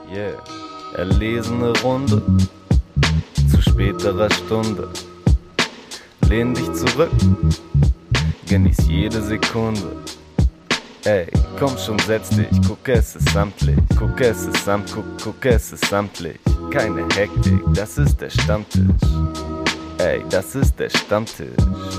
Yeah, erlesene Runde zu späterer Stunde. Lehn dich zurück, genieß jede Sekunde. Ey, komm schon, setz dich, guck, es ist samtlich. Guck, es ist guck, es ist samtlich. Keine Hektik, das ist der Stammtisch. Ey, das ist der Stammtisch.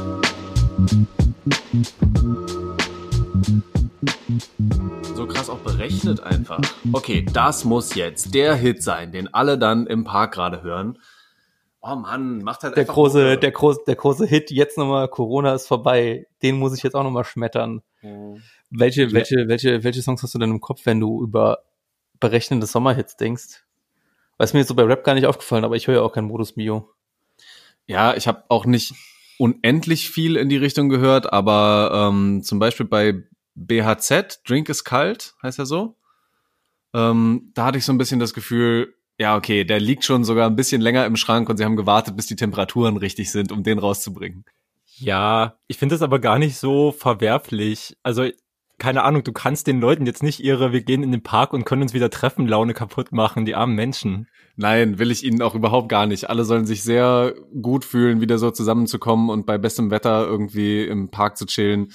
So krass auch berechnet einfach. Okay, das muss jetzt der Hit sein, den alle dann im Park gerade hören. Oh Mann, macht halt der einfach der große Hit, jetzt nochmal, Corona ist vorbei, den muss ich jetzt auch nochmal schmettern. Mhm. Welche Songs hast du denn im Kopf, wenn du über berechnende Sommerhits denkst? Weiß mir jetzt so bei Rap gar nicht aufgefallen, aber ich höre ja auch kein Modus Mio. Ja, ich habe auch nicht unendlich viel in die Richtung gehört, aber zum Beispiel bei BHZ, Drink ist kalt, heißt er so. Da hatte ich so ein bisschen das Gefühl, ja, okay, der liegt schon sogar ein bisschen länger im Schrank und sie haben gewartet, bis die Temperaturen richtig sind, um den rauszubringen. Ja, ich finde das aber gar nicht so verwerflich. Also, keine Ahnung, du kannst den Leuten jetzt nicht wir gehen in den Park und können uns wieder treffen, Laune kaputt machen, die armen Menschen. Nein, will ich ihnen auch überhaupt gar nicht. Alle sollen sich sehr gut fühlen, wieder so zusammenzukommen und bei bestem Wetter irgendwie im Park zu chillen.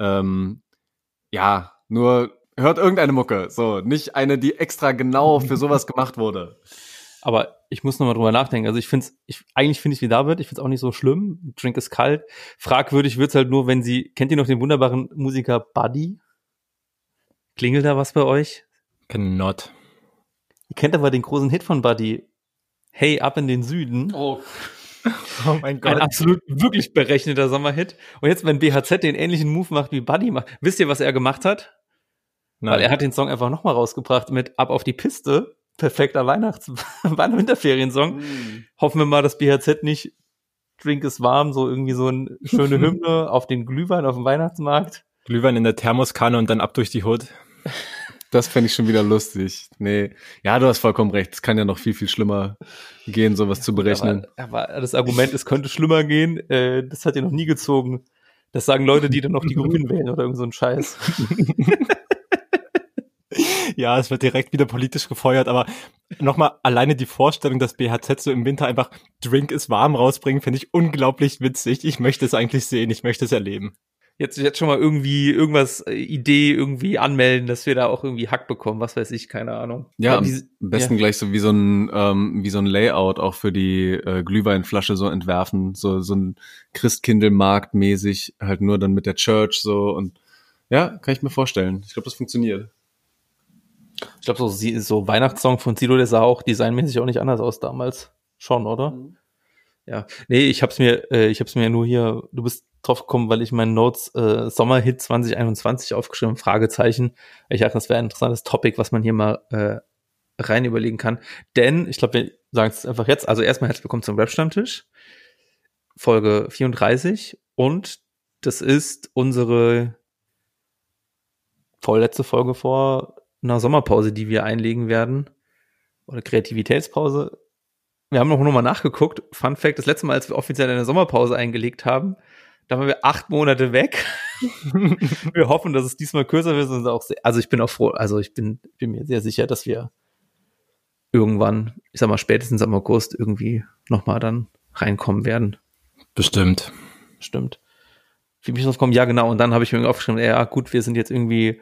Ja, nur hört irgendeine Mucke. So, nicht eine, die extra genau für sowas gemacht wurde. Aber ich muss nochmal drüber nachdenken. Also eigentlich finde ich wie David, ich finde es auch nicht so schlimm. Drink ist kalt. Fragwürdig wird's halt nur, wenn kennt ihr noch den wunderbaren Musiker Buddy? Klingelt da was bei euch? Cannot. Ihr kennt aber den großen Hit von Buddy. Hey, ab in den Süden. Oh mein Gott. Ein absolut wirklich berechneter Sommerhit. Und jetzt, wenn BHZ den ähnlichen Move macht, wie Buddy macht, wisst ihr, was er gemacht hat? Nein. Weil er hat den Song einfach nochmal rausgebracht mit Ab auf die Piste. Perfekter Winterferiensong. Hoffen wir mal, dass BHZ nicht Drink ist warm, so irgendwie so eine schöne Hymne auf den Glühwein auf dem Weihnachtsmarkt. Glühwein in der Thermoskanne und dann ab durch die Hood. Das fände ich schon wieder lustig. Nee, ja, du hast vollkommen recht. Es kann ja noch viel, viel schlimmer gehen, sowas zu berechnen. Aber das Argument, es könnte schlimmer gehen, das hat ihr noch nie gezogen. Das sagen Leute, die dann noch die Grünen wählen oder irgend so ein Scheiß. Ja, es wird direkt wieder politisch gefeuert, aber nochmal alleine die Vorstellung, dass BHZ so im Winter einfach Drink ist warm rausbringen, finde ich unglaublich witzig. Ich möchte es eigentlich sehen, ich möchte es erleben. Jetzt schon mal Idee irgendwie anmelden, dass wir da auch irgendwie Hack bekommen, was weiß ich, keine Ahnung. Ja, am besten gleich so wie so ein Layout auch für die Glühweinflasche so entwerfen, so ein Christkindlmarkt mäßig, halt nur dann mit der Church so und ja, kann ich mir vorstellen. Ich glaube, das funktioniert. Ich glaube, so Weihnachtssong von Sido, der sah auch designmäßig auch nicht anders aus damals. Schon, oder? Mhm. Ja. Nee, ich hab's mir nur hier, du bist drauf gekommen, weil ich meinen Notes Sommerhit 2021 aufgeschrieben, Fragezeichen. Ich dachte, das wäre ein interessantes Topic, was man hier mal rein überlegen kann. Denn, ich glaube, wir sagen es einfach jetzt, also erstmal herzlich willkommen zum Rap-Stammtisch. Folge 34 und das ist unsere vorletzte Folge vor einer Sommerpause, die wir einlegen werden. Oder Kreativitätspause. Wir haben noch mal nachgeguckt. Fun Fact, das letzte Mal, als wir offiziell eine Sommerpause eingelegt haben, da waren wir 8 Monate weg. Wir hoffen, dass es diesmal kürzer wird. Und auch also ich bin auch froh, also ich bin mir sehr sicher, dass wir irgendwann, ich sag mal spätestens am August irgendwie noch mal dann reinkommen werden. Bestimmt. Wie bin ich drauf gekommen? Ja, genau. Und dann habe ich mir irgendwie aufgeschrieben, ja gut, wir sind jetzt irgendwie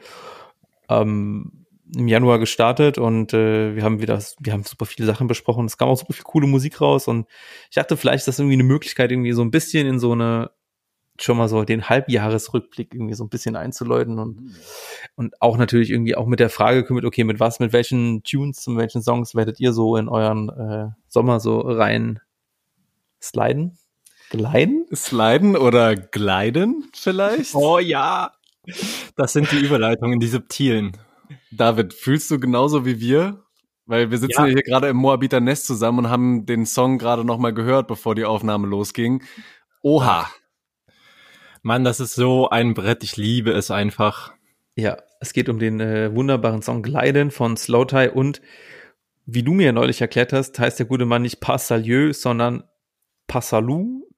im Januar gestartet und wir haben super viele Sachen besprochen. Es kam auch super viel coole Musik raus und ich dachte, vielleicht ist das irgendwie eine Möglichkeit, irgendwie so ein bisschen in so eine, schon mal so den Halbjahresrückblick irgendwie so ein bisschen einzuläuten und auch natürlich irgendwie auch mit der Frage gekümmert, okay, mit welchen Tunes, mit welchen Songs werdet ihr so in euren Sommer so rein sliden? Gliden? Sliden oder gliden vielleicht? Oh ja! Das sind die Überleitungen, die subtilen. David, fühlst du genauso wie wir? Weil wir sitzen ja hier gerade im Moabiter Nest zusammen und haben den Song gerade nochmal gehört, bevor die Aufnahme losging. Oha! Mann, das ist so ein Brett, ich liebe es einfach. Ja, es geht um den wunderbaren Song Gliden von Slowthai und wie du mir neulich erklärt hast, heißt der gute Mann nicht Pas Salieu, sondern Passalou.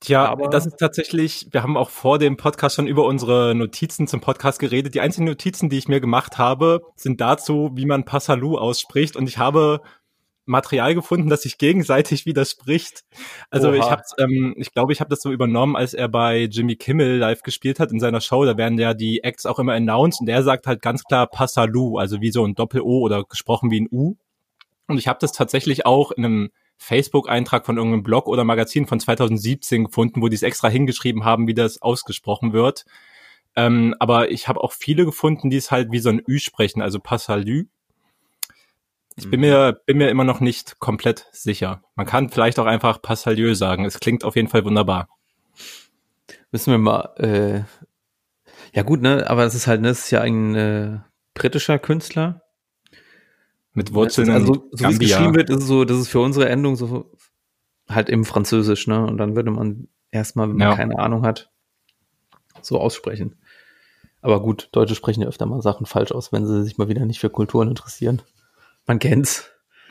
Tja, Aber- das ist tatsächlich, wir haben auch vor dem Podcast schon über unsere Notizen zum Podcast geredet. Die einzigen Notizen, die ich mir gemacht habe, sind dazu, wie man Passalou ausspricht. Und ich habe Material gefunden, das sich gegenseitig widerspricht. Also Oha. ich glaube, ich habe das so übernommen, als er bei Jimmy Kimmel live gespielt hat in seiner Show. Da werden ja die Acts auch immer announced und er sagt halt ganz klar Passalou, also wie so ein Doppel-O oder gesprochen wie ein U. Und ich habe das tatsächlich auch in einem Facebook-Eintrag von irgendeinem Blog oder Magazin von 2017 gefunden, wo die es extra hingeschrieben haben, wie das ausgesprochen wird. Aber ich habe auch viele gefunden, die es halt wie so ein Ü sprechen, also Passalou. Ich bin mir immer noch nicht komplett sicher. Man kann vielleicht auch einfach Passalou sagen. Es klingt auf jeden Fall wunderbar. Müssen wir mal, ja gut, ne, aber es ist halt, ne, es ist ja ein britischer Künstler. Mit Wurzeln Also, in so wie es Gambia. geschrieben wird, ist es so, das ist für unsere Endung so halt im Französisch, ne? Und dann würde man erstmal, wenn man Ja. keine Ahnung hat, so aussprechen. Aber gut, Deutsche sprechen ja öfter mal Sachen falsch aus, wenn sie sich mal wieder nicht für Kulturen interessieren. Man kennt's.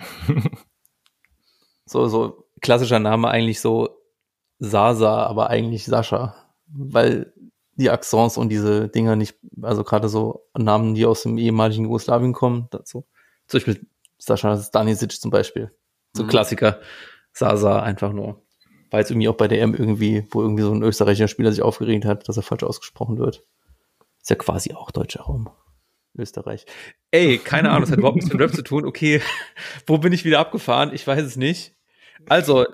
So klassischer Name eigentlich so Sasa, aber eigentlich Sascha. Weil die Accents und diese Dinger nicht, also gerade so Namen, die aus dem ehemaligen Jugoslawien kommen, dazu. Zum Beispiel Sascha Stanisic zum Beispiel. So Klassiker. Sasa einfach nur. War jetzt irgendwie auch bei der EM irgendwie, wo irgendwie so ein österreichischer Spieler sich aufgeregt hat, dass er falsch ausgesprochen wird. Ist ja quasi auch deutscher Raum. Österreich. Ey, keine Ahnung, das hat überhaupt nichts mit Rap zu tun. Okay, wo bin ich wieder abgefahren? Ich weiß es nicht. Also,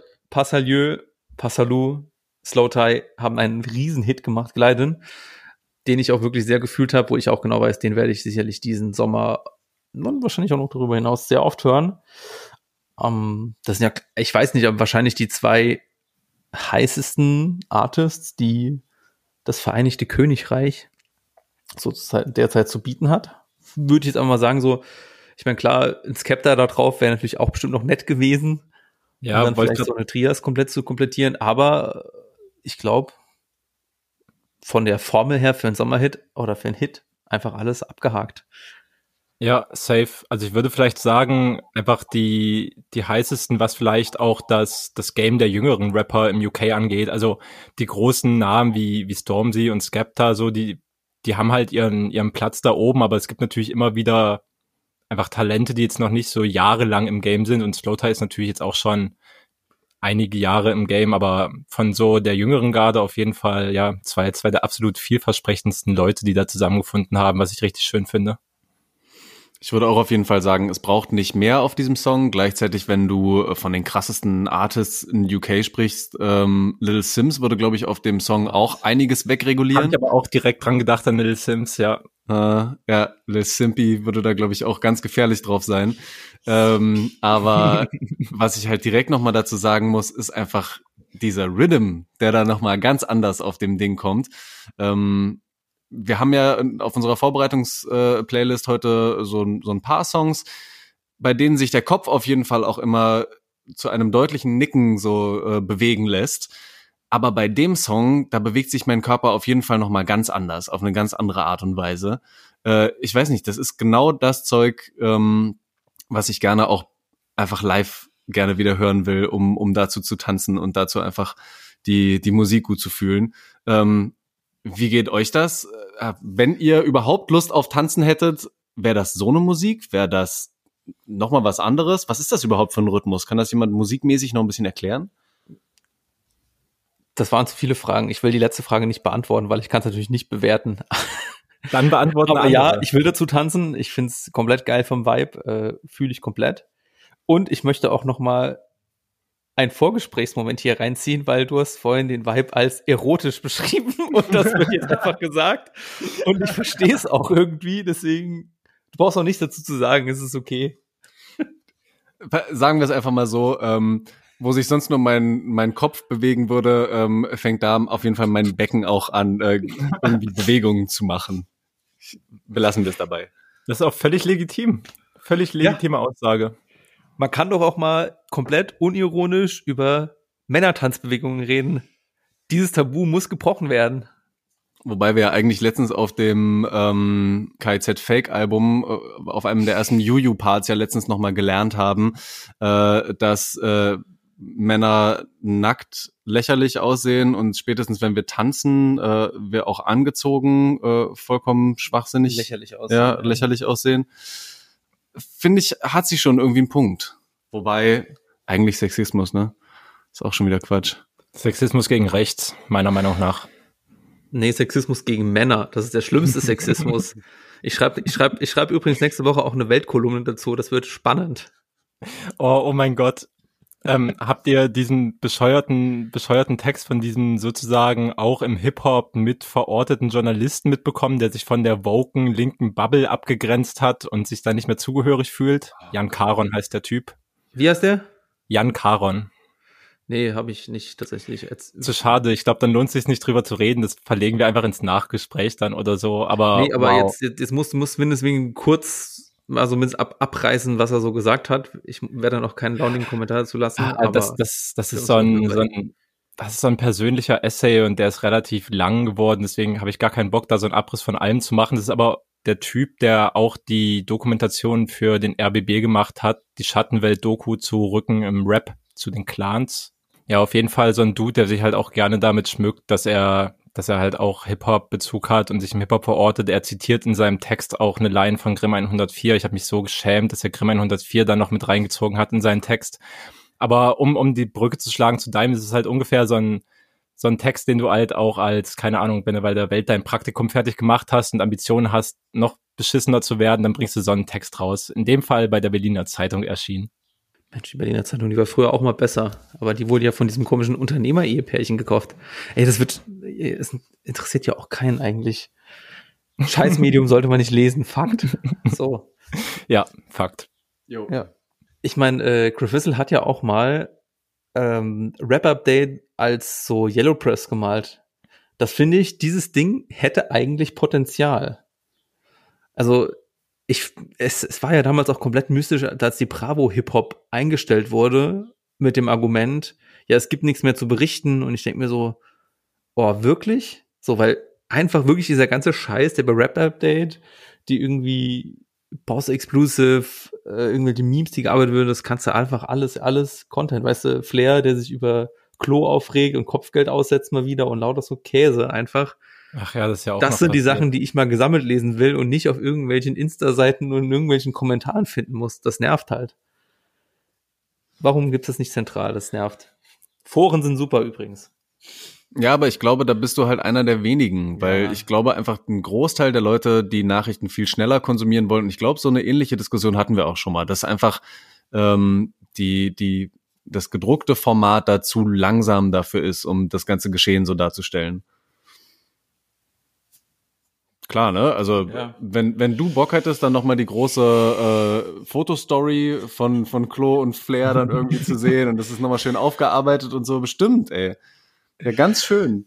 Passalou, Slowthai haben einen riesen Hit gemacht, Gleiten, den ich auch wirklich sehr gefühlt habe, wo ich auch genau weiß, den werde ich sicherlich diesen Sommer und wahrscheinlich auch noch darüber hinaus sehr oft hören. Das sind ja, ich weiß nicht, aber wahrscheinlich die zwei heißesten Artists, die das Vereinigte Königreich sozusagen derzeit zu bieten hat. Würde ich jetzt einfach mal sagen, so, ich meine, klar, ein Skepta da drauf wäre natürlich auch bestimmt noch nett gewesen. Ja, und dann wollte vielleicht so eine Trias komplett zu komplettieren, aber ich glaube, von der Formel her für einen Sommerhit oder für einen Hit einfach alles abgehakt. Ja, safe. Also ich würde vielleicht sagen, einfach die heißesten, was vielleicht auch das Game der jüngeren Rapper im UK angeht. Also die großen Namen wie Stormzy und Skepta, so die haben halt ihren Platz da oben, aber es gibt natürlich immer wieder einfach Talente, die jetzt noch nicht so jahrelang im Game sind und Slowthai ist natürlich jetzt auch schon einige Jahre im Game, aber von so der jüngeren Garde auf jeden Fall, ja, zwei der absolut vielversprechendsten Leute, die da zusammengefunden haben, was ich richtig schön finde. Ich würde auch auf jeden Fall sagen, es braucht nicht mehr auf diesem Song. Gleichzeitig, wenn du von den krassesten Artists in UK sprichst, Little Sims würde, glaube ich, auf dem Song auch einiges wegregulieren. Hab ich aber auch direkt dran gedacht an Little Sims, ja. Ja, Lil Simpy würde da, glaube ich, auch ganz gefährlich drauf sein. Aber was ich halt direkt nochmal dazu sagen muss, ist einfach dieser Rhythm, der da nochmal ganz anders auf dem Ding kommt. Wir haben ja auf unserer Vorbereitungs-Playlist heute so ein paar Songs, bei denen sich der Kopf auf jeden Fall auch immer zu einem deutlichen Nicken so bewegen lässt. Aber bei dem Song, da bewegt sich mein Körper auf jeden Fall nochmal ganz anders, auf eine ganz andere Art und Weise. Ich weiß nicht, das ist genau das Zeug, was ich gerne auch einfach live gerne wieder hören will, um dazu zu tanzen und dazu einfach die Musik gut zu fühlen. Wie geht euch das? Wenn ihr überhaupt Lust auf Tanzen hättet, wäre das so eine Musik? Wäre das nochmal was anderes? Was ist das überhaupt für ein Rhythmus? Kann das jemand musikmäßig noch ein bisschen erklären? Das waren zu viele Fragen. Ich will die letzte Frage nicht beantworten, weil ich kann es natürlich nicht bewerten. Dann beantworten Aber andere. ja, ich will dazu tanzen. Ich finde es komplett geil vom Vibe. Fühle ich komplett. Und ich möchte auch noch mal einen Vorgesprächsmoment hier reinziehen, weil du hast vorhin den Vibe als erotisch beschrieben und das wird jetzt einfach gesagt. Und ich verstehe es auch irgendwie, deswegen, du brauchst auch nichts dazu zu sagen, es ist okay. Sagen wir es einfach mal so, wo sich sonst nur mein Kopf bewegen würde, fängt da auf jeden Fall mein Becken auch an, irgendwie Bewegungen zu machen. Belassen wir es dabei. Das ist auch völlig legitim. Völlig legitime Aussage. Man kann doch auch mal komplett unironisch über Männertanzbewegungen reden. Dieses Tabu muss gebrochen werden. Wobei wir ja eigentlich letztens auf dem KIZ Fake Album, auf einem der ersten Juju Parts ja letztens nochmal gelernt haben, dass Männer nackt lächerlich aussehen und spätestens wenn wir tanzen, wir auch angezogen vollkommen schwachsinnig Lächerlich aussehen. Ja, lächerlich aussehen. Finde ich, hat sie schon irgendwie einen Punkt. Wobei, eigentlich Sexismus, ne? Ist auch schon wieder Quatsch. Sexismus gegen rechts, meiner Meinung nach. Nee, Sexismus gegen Männer. Das ist der schlimmste Sexismus. Ich schreib übrigens nächste Woche auch eine Weltkolumne dazu. Das wird spannend. Oh mein Gott. Habt ihr diesen bescheuerten Text von diesem sozusagen auch im Hip-Hop mit verorteten Journalisten mitbekommen, der sich von der woken linken Bubble abgegrenzt hat und sich da nicht mehr zugehörig fühlt? Jan Caron heißt der Typ. Wie heißt der? Jan Caron. Nee, habe ich nicht tatsächlich. Zu schade. Ich glaube, dann lohnt es sich nicht drüber zu reden. Das verlegen wir einfach ins Nachgespräch dann oder so. Aber wow. jetzt muss mindestens wegen kurz, also mindestens abreißen, was er so gesagt hat. Ich werde dann auch keinen launigen Kommentar dazu lassen. Aber das ist so ein persönlicher Essay und der ist relativ lang geworden. Deswegen habe ich gar keinen Bock, da so einen Abriss von allem zu machen. Das ist aber der Typ, der auch die Dokumentation für den RBB gemacht hat, die Schattenwelt-Doku zu Rücken im Rap, zu den Clans. Ja, auf jeden Fall so ein Dude, der sich halt auch gerne damit schmückt, dass er halt auch Hip-Hop-Bezug hat und sich im Hip-Hop verortet. Er zitiert in seinem Text auch eine Line von Grimm 104. Ich habe mich so geschämt, dass er Grimm 104 dann noch mit reingezogen hat in seinen Text. Aber um die Brücke zu schlagen zu deinem, ist es halt ungefähr so ein Text, den du halt auch als, keine Ahnung, wenn du bei der Welt dein Praktikum fertig gemacht hast und Ambitionen hast, noch beschissener zu werden, dann bringst du so einen Text raus. In dem Fall bei der Berliner Zeitung erschienen. Mensch, die Berliner Zeitung, die war früher auch mal besser. Aber die wurde ja von diesem komischen Unternehmer-Ehepärchen gekauft. Es interessiert ja auch keinen eigentlich. Scheißmedium sollte man nicht lesen. Fakt. So. Ja, Fakt. Jo. Ja. Ich meine, Griff Wissel hat ja auch mal Rap-Update als so Yellow Press gemalt. Das finde ich, dieses Ding hätte eigentlich Potenzial. Also, es war ja damals auch komplett mystisch, als die Bravo Hip-Hop eingestellt wurde, mit dem Argument, ja, es gibt nichts mehr zu berichten. Und ich denke mir so, oh, wirklich? So, weil einfach wirklich dieser ganze Scheiß, der bei Rap-Update, die irgendwie Boss-Exclusive, irgendwelche Memes, die gearbeitet werden, das kannst du einfach alles Content, weißt du, Flair, der sich über Klo aufregt und Kopfgeld aussetzt mal wieder und lauter so Käse einfach. Ach ja, das ist ja auch. Das sind die Sachen, die ich mal gesammelt lesen will und nicht auf irgendwelchen Insta-Seiten und in irgendwelchen Kommentaren finden muss. Das nervt halt. Warum gibt's das nicht zentral? Das nervt. Foren sind super übrigens. Ja, aber ich glaube, da bist du halt einer der wenigen, weil ich glaube einfach ein Großteil der Leute, die Nachrichten viel schneller konsumieren wollen. Und ich glaube, so eine ähnliche Diskussion hatten wir auch schon mal, dass einfach das gedruckte Format da zu langsam dafür ist, um das ganze Geschehen so darzustellen. Klar, ne? Also wenn du Bock hättest, dann nochmal die große Fotostory von Klo und Flair dann irgendwie zu sehen und das ist nochmal schön aufgearbeitet und so, bestimmt, ey. Ja, ganz schön.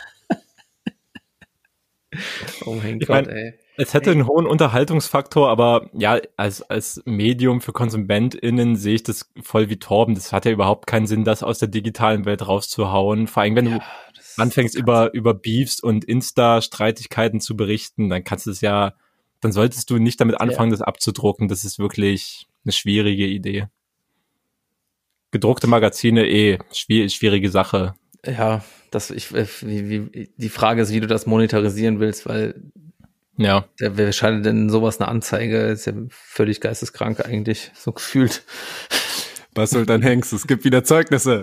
Oh mein Gott, ey. Es hätte einen hohen Unterhaltungsfaktor, aber ja, als Medium für KonsumentInnen sehe ich das voll wie Torben. Das hat ja überhaupt keinen Sinn, das aus der digitalen Welt rauszuhauen. Vor allem, wenn du anfängst über Beefs und Insta-Streitigkeiten zu berichten, dann dann solltest du nicht damit anfangen, das abzudrucken. Das ist wirklich eine schwierige Idee. Gedruckte Magazine, schwierige Sache. Ja, die Frage ist, wie du das monetarisieren willst, weil wer schaltet denn sowas eine Anzeige? Ist ja völlig geisteskrank eigentlich, so gefühlt. Was soll dein Hengst? Es gibt wieder Zeugnisse.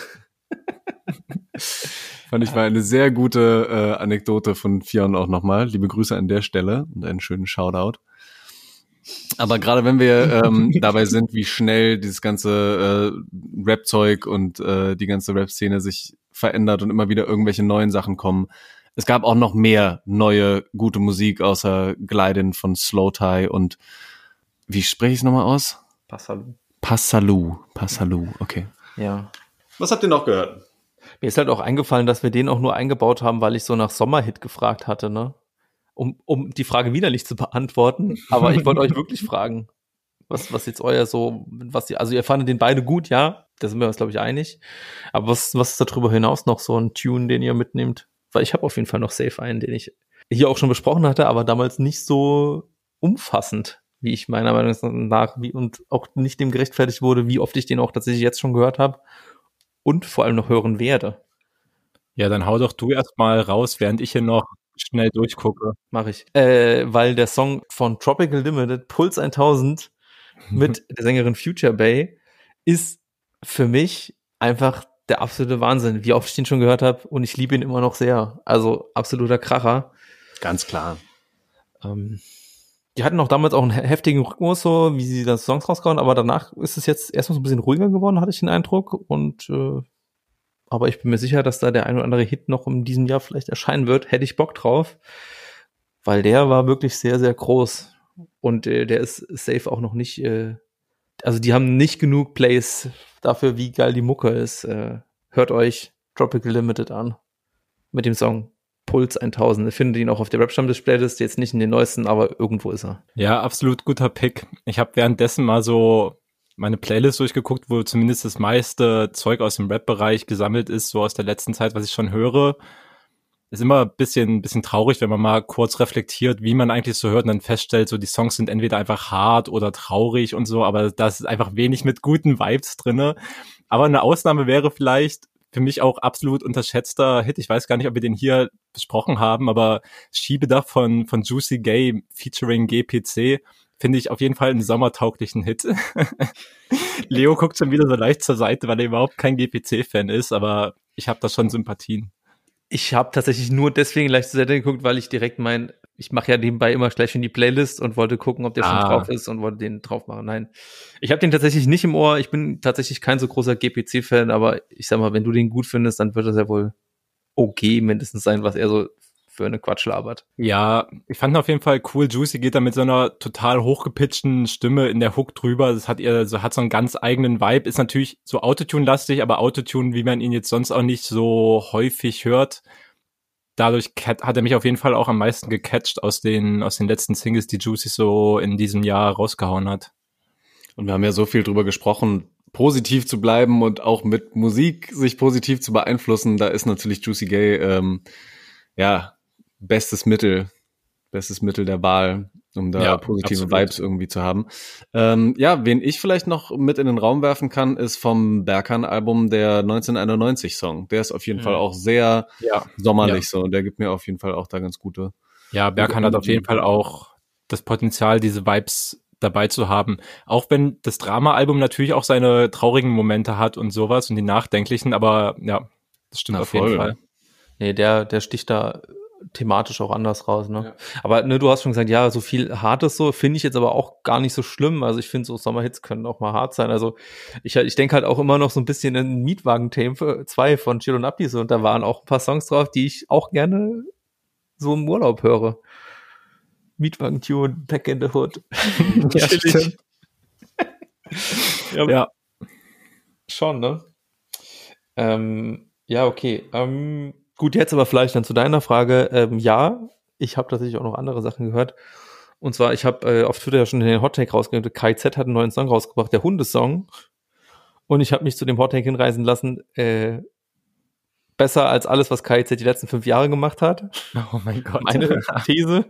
Fand ich war eine sehr gute Anekdote von Fionn auch nochmal. Liebe Grüße an der Stelle und einen schönen Shoutout. Aber gerade wenn wir dabei sind, wie schnell dieses ganze Rap-Zeug und die ganze Rap-Szene sich verändert und immer wieder irgendwelche neuen Sachen kommen. Es gab auch noch mehr neue, gute Musik außer Glidin von Slowthai und wie spreche ich es nochmal aus? Passalou, okay. Ja. Was habt ihr noch gehört? Mir ist halt auch eingefallen, dass wir den auch nur eingebaut haben, weil ich so nach Sommerhit gefragt hatte, ne? Um die Frage widerlich zu beantworten. Aber ich wollte euch wirklich fragen, was jetzt euer so, also ihr fandet den beide gut, ja? Da sind wir uns, glaube ich, einig. Aber was ist darüber hinaus noch so ein Tune, den ihr mitnehmt? Weil ich habe auf jeden Fall noch safe einen, den ich hier auch schon besprochen hatte, aber damals nicht so umfassend. wie ich meiner Meinung nach, und auch nicht dem gerechtfertigt wurde, wie oft ich den auch tatsächlich jetzt schon gehört habe und vor allem noch hören werde. Ja, dann hau doch du erstmal raus, während ich hier noch schnell durchgucke. Mache ich. Weil der Song von Tropical Limited, Puls 1000, mit der Sängerin Future Bay, ist für mich einfach der absolute Wahnsinn, wie oft ich den schon gehört habe, und ich liebe ihn immer noch sehr. Also absoluter Kracher. Ganz klar. Die hatten auch damals auch einen heftigen Rhythmus, so wie sie das Songs rausgehauen, aber danach ist es jetzt erstmal so ein bisschen ruhiger geworden, hatte ich den Eindruck. Und aber ich bin mir sicher, dass da der ein oder andere Hit noch in diesem Jahr vielleicht erscheinen wird. Hätte ich Bock drauf, weil der war wirklich sehr, sehr groß. Und der ist safe auch noch nicht, also die haben nicht genug Plays dafür, wie geil die Mucke ist. Hört euch Tropical Limited an mit dem Song Puls 1000. Ihr findet ihn auch auf der Rap-Stammtisch-Playlist, jetzt nicht in den neuesten, aber irgendwo ist er. Ja, absolut guter Pick. Ich habe währenddessen mal so meine Playlist durchgeguckt, wo zumindest das meiste Zeug aus dem Rap-Bereich gesammelt ist, so aus der letzten Zeit, was ich schon höre. Ist immer ein bisschen traurig, wenn man mal kurz reflektiert, wie man eigentlich so hört und dann feststellt, so die Songs sind entweder einfach hart oder traurig und so, aber da ist einfach wenig mit guten Vibes drinne. Aber eine Ausnahme wäre vielleicht für mich auch absolut unterschätzter Hit. Ich weiß gar nicht, ob wir den hier besprochen haben, aber Schiebedach von Juicy Gay featuring GPC finde ich auf jeden Fall einen sommertauglichen Hit. Leo guckt schon wieder so leicht zur Seite, weil er überhaupt kein GPC-Fan ist, aber ich habe da schon Sympathien. Ich habe tatsächlich nur deswegen leicht zur Seite geguckt, weil ich direkt ich mache ja nebenbei immer gleich in die Playlist und wollte gucken, ob der schon drauf ist und wollte den drauf machen. Nein, ich habe den tatsächlich nicht im Ohr. Ich bin tatsächlich kein so großer GPC-Fan, aber ich sag mal, wenn du den gut findest, dann wird das ja wohl okay mindestens sein, was er so für eine Quatsch labert. Ja, ich fand ihn auf jeden Fall cool. Juicy geht da mit so einer total hochgepitchten Stimme in der Hook drüber. Das hat so einen ganz eigenen Vibe. Ist natürlich so Autotune-lastig, aber Autotune, wie man ihn jetzt sonst auch nicht so häufig hört. Dadurch hat er mich auf jeden Fall auch am meisten gecatcht aus den letzten Singles, die Juicy so in diesem Jahr rausgehauen hat. Und wir haben ja so viel drüber gesprochen, positiv zu bleiben und auch mit Musik sich positiv zu beeinflussen. Da ist natürlich Juicy Gay, bestes Mittel der Wahl, um da positive absolut. Vibes irgendwie zu haben. Wen ich vielleicht noch mit in den Raum werfen kann, ist vom Berkan-Album der 1991-Song. Der ist auf jeden Fall auch sehr sommerlich so. Und der gibt mir auf jeden Fall auch da ganz gute. Ja, Berkan hat auf jeden Fall auch das Potenzial, diese Vibes dabei zu haben. Auch wenn das Drama-Album natürlich auch seine traurigen Momente hat und sowas und die nachdenklichen, aber ja, das stimmt auf jeden Fall. Nee, der sticht da thematisch auch anders raus, ne? Ja. Aber ne, du hast schon gesagt, ja, so viel Hartes so, finde ich jetzt aber auch gar nicht so schlimm. Also ich finde, so Sommerhits können auch mal hart sein. Also ich denke halt auch immer noch so ein bisschen in Mietwagen-Theme 2 von Chill und Abdi so, und da waren auch ein paar Songs drauf, die ich auch gerne so im Urlaub höre. Mietwagen-Tune, Back in the Hood. Ja, stimmt. Ja. Schon, ne? Ja, okay. Gut, jetzt aber vielleicht dann zu deiner Frage. Ja, ich habe tatsächlich auch noch andere Sachen gehört. Und zwar, ich habe auf Twitter ja schon den Hottake rausgebracht. KZ hat einen neuen Song rausgebracht, der Hundesong. Und ich habe mich zu dem Hottake hinreißen lassen, besser als alles, was KZ die letzten 5 Jahre gemacht hat. Oh mein Gott. Meine These.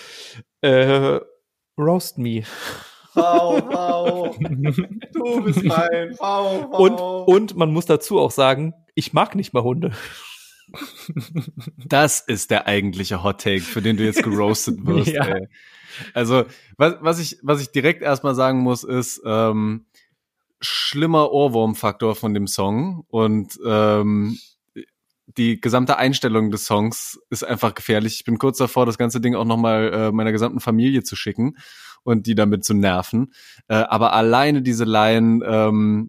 Roast me. Wow. Du bist rein. Wow. Und man muss dazu auch sagen, ich mag nicht mal Hunde. Das ist der eigentliche Hot Take, für den du jetzt geroastet wirst. Ja. Ey. Also, was ich direkt erstmal sagen muss, ist schlimmer Ohrwurmfaktor von dem Song und die gesamte Einstellung des Songs ist einfach gefährlich. Ich bin kurz davor, das ganze Ding auch nochmal meiner gesamten Familie zu schicken und die damit zu nerven. Aber alleine diese Line,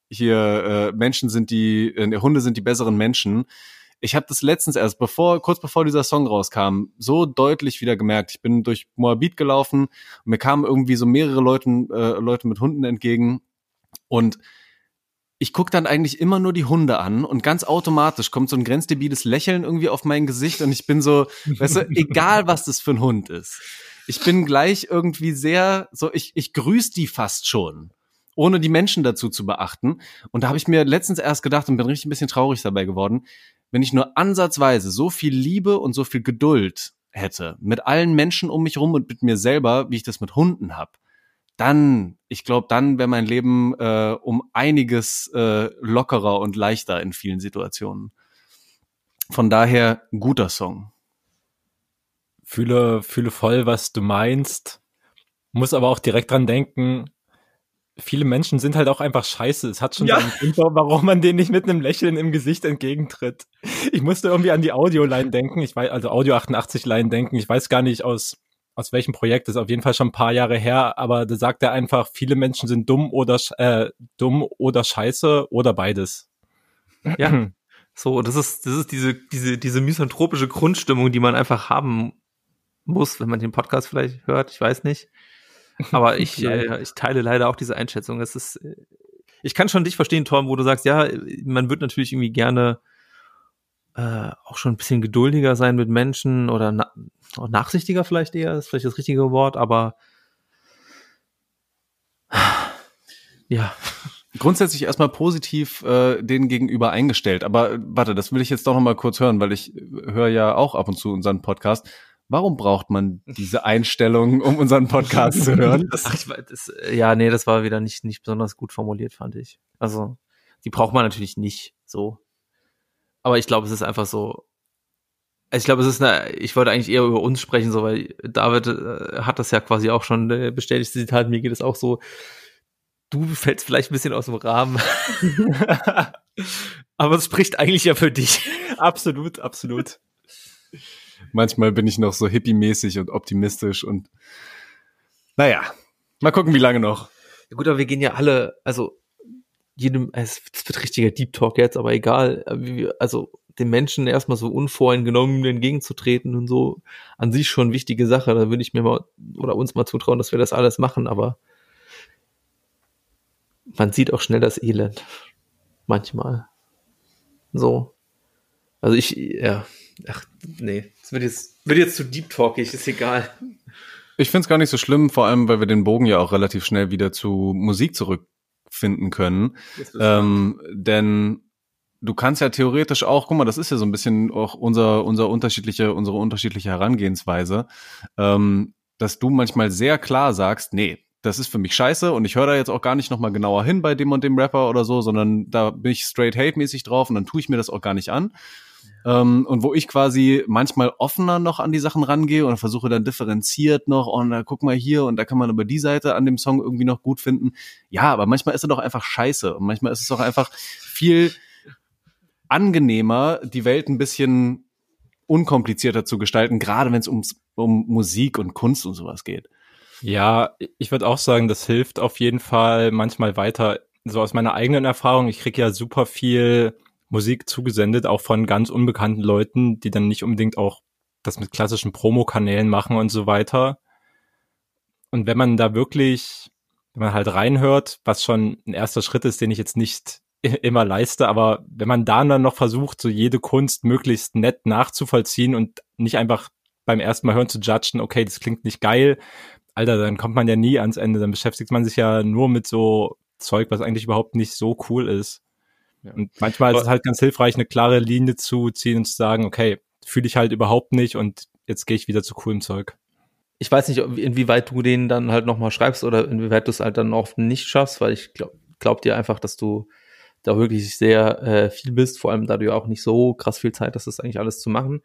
Hunde sind die besseren Menschen. Ich habe das letztens erst, kurz bevor dieser Song rauskam, so deutlich wieder gemerkt. Ich bin durch Moabit gelaufen und mir kamen irgendwie so mehrere Leute mit Hunden entgegen und ich gucke dann eigentlich immer nur die Hunde an und ganz automatisch kommt so ein grenzdebiles Lächeln irgendwie auf mein Gesicht und ich bin so, weißt du, egal was das für ein Hund ist. Ich bin gleich irgendwie sehr, so ich grüße die fast schon, ohne die Menschen dazu zu beachten. Und da habe ich mir letztens erst gedacht und bin richtig ein bisschen traurig dabei geworden, wenn ich nur ansatzweise so viel Liebe und so viel Geduld hätte mit allen Menschen um mich rum und mit mir selber, wie ich das mit Hunden habe, ich glaube, dann wäre mein Leben um einiges lockerer und leichter in vielen Situationen. Von daher, guter Song. Fühle voll, was du meinst. Muss aber auch direkt dran denken, viele Menschen sind halt auch einfach scheiße. Es hat schon seinen Grund, warum man denen nicht mit einem Lächeln im Gesicht entgegentritt. Ich musste irgendwie an die Audio-Line denken. Also Audio 88-Line denken. Ich weiß gar nicht aus welchem Projekt. Das ist auf jeden Fall schon ein paar Jahre her. Aber da sagt er einfach, viele Menschen sind dumm oder scheiße oder beides. Ja. So, das ist diese misanthropische Grundstimmung, die man einfach haben muss, wenn man den Podcast vielleicht hört. Ich weiß nicht. Aber ich teile leider auch diese Einschätzung. Ich kann schon dich verstehen, Tom, wo du sagst, ja, man wird natürlich irgendwie gerne auch schon ein bisschen geduldiger sein mit Menschen oder nachsichtiger vielleicht eher, ist vielleicht das richtige Wort, aber ja. Grundsätzlich erstmal positiv denen gegenüber eingestellt. Aber warte, das will ich jetzt doch noch mal kurz hören, weil ich höre ja auch ab und zu unseren Podcast. Warum braucht man diese Einstellung, um unseren Podcast zu hören? Das war wieder nicht besonders gut formuliert, fand ich. Also, die braucht man natürlich nicht so. Aber ich glaube, es ist einfach so. Ich glaube, ich wollte eigentlich eher über uns sprechen, so, weil David hat das ja quasi auch schon bestätigt, Zitat, mir geht es auch so. Du fällst vielleicht ein bisschen aus dem Rahmen. Aber es spricht eigentlich ja für dich. Absolut, absolut. Manchmal bin ich noch so hippie-mäßig und optimistisch und naja, mal gucken, wie lange noch. Ja gut, aber wir gehen ja alle, also es wird richtiger Deep Talk jetzt, aber egal, also den Menschen erstmal so unvoreingenommen entgegenzutreten und so, an sich schon wichtige Sache, da würde ich mir mal oder uns mal zutrauen, dass wir das alles machen, aber man sieht auch schnell das Elend. Manchmal. So. Also es wird jetzt zu deep talkig, ist egal. Ich find's gar nicht so schlimm, vor allem, weil wir den Bogen ja auch relativ schnell wieder zu Musik zurückfinden können. Denn du kannst ja theoretisch auch, guck mal, das ist ja so ein bisschen auch unsere unterschiedliche Herangehensweise, dass du manchmal sehr klar sagst, nee, das ist für mich scheiße und ich höre da jetzt auch gar nicht nochmal genauer hin bei dem und dem Rapper oder so, sondern da bin ich straight hate-mäßig drauf und dann tue ich mir das auch gar nicht an. Und wo ich quasi manchmal offener noch an die Sachen rangehe und versuche dann differenziert noch, und da guck mal hier und da kann man über die Seite an dem Song irgendwie noch gut finden. Ja, aber manchmal ist er doch einfach scheiße und manchmal ist es auch einfach viel angenehmer, die Welt ein bisschen unkomplizierter zu gestalten, gerade wenn es um Musik und Kunst und sowas geht. Ja, ich würde auch sagen, das hilft auf jeden Fall manchmal weiter. So aus meiner eigenen Erfahrung, ich kriege ja super viel Musik zugesendet, auch von ganz unbekannten Leuten, die dann nicht unbedingt auch das mit klassischen Promokanälen machen und so weiter. Und wenn man halt reinhört, was schon ein erster Schritt ist, den ich jetzt nicht immer leiste, aber wenn man dann noch versucht, so jede Kunst möglichst nett nachzuvollziehen und nicht einfach beim ersten Mal hören zu judgen, okay, das klingt nicht geil, Alter, dann kommt man ja nie ans Ende, dann beschäftigt man sich ja nur mit so Zeug, was eigentlich überhaupt nicht so cool ist. Ja. Und manchmal ist es halt ganz hilfreich, eine klare Linie zu ziehen und zu sagen, okay, fühle ich halt überhaupt nicht und jetzt gehe ich wieder zu coolem Zeug. Ich weiß nicht, inwieweit du denen dann halt nochmal schreibst oder inwieweit du es halt dann auch nicht schaffst, weil ich glaub dir einfach, dass du da wirklich sehr viel bist, vor allem da du ja auch nicht so krass viel Zeit hast, das eigentlich alles zu machen.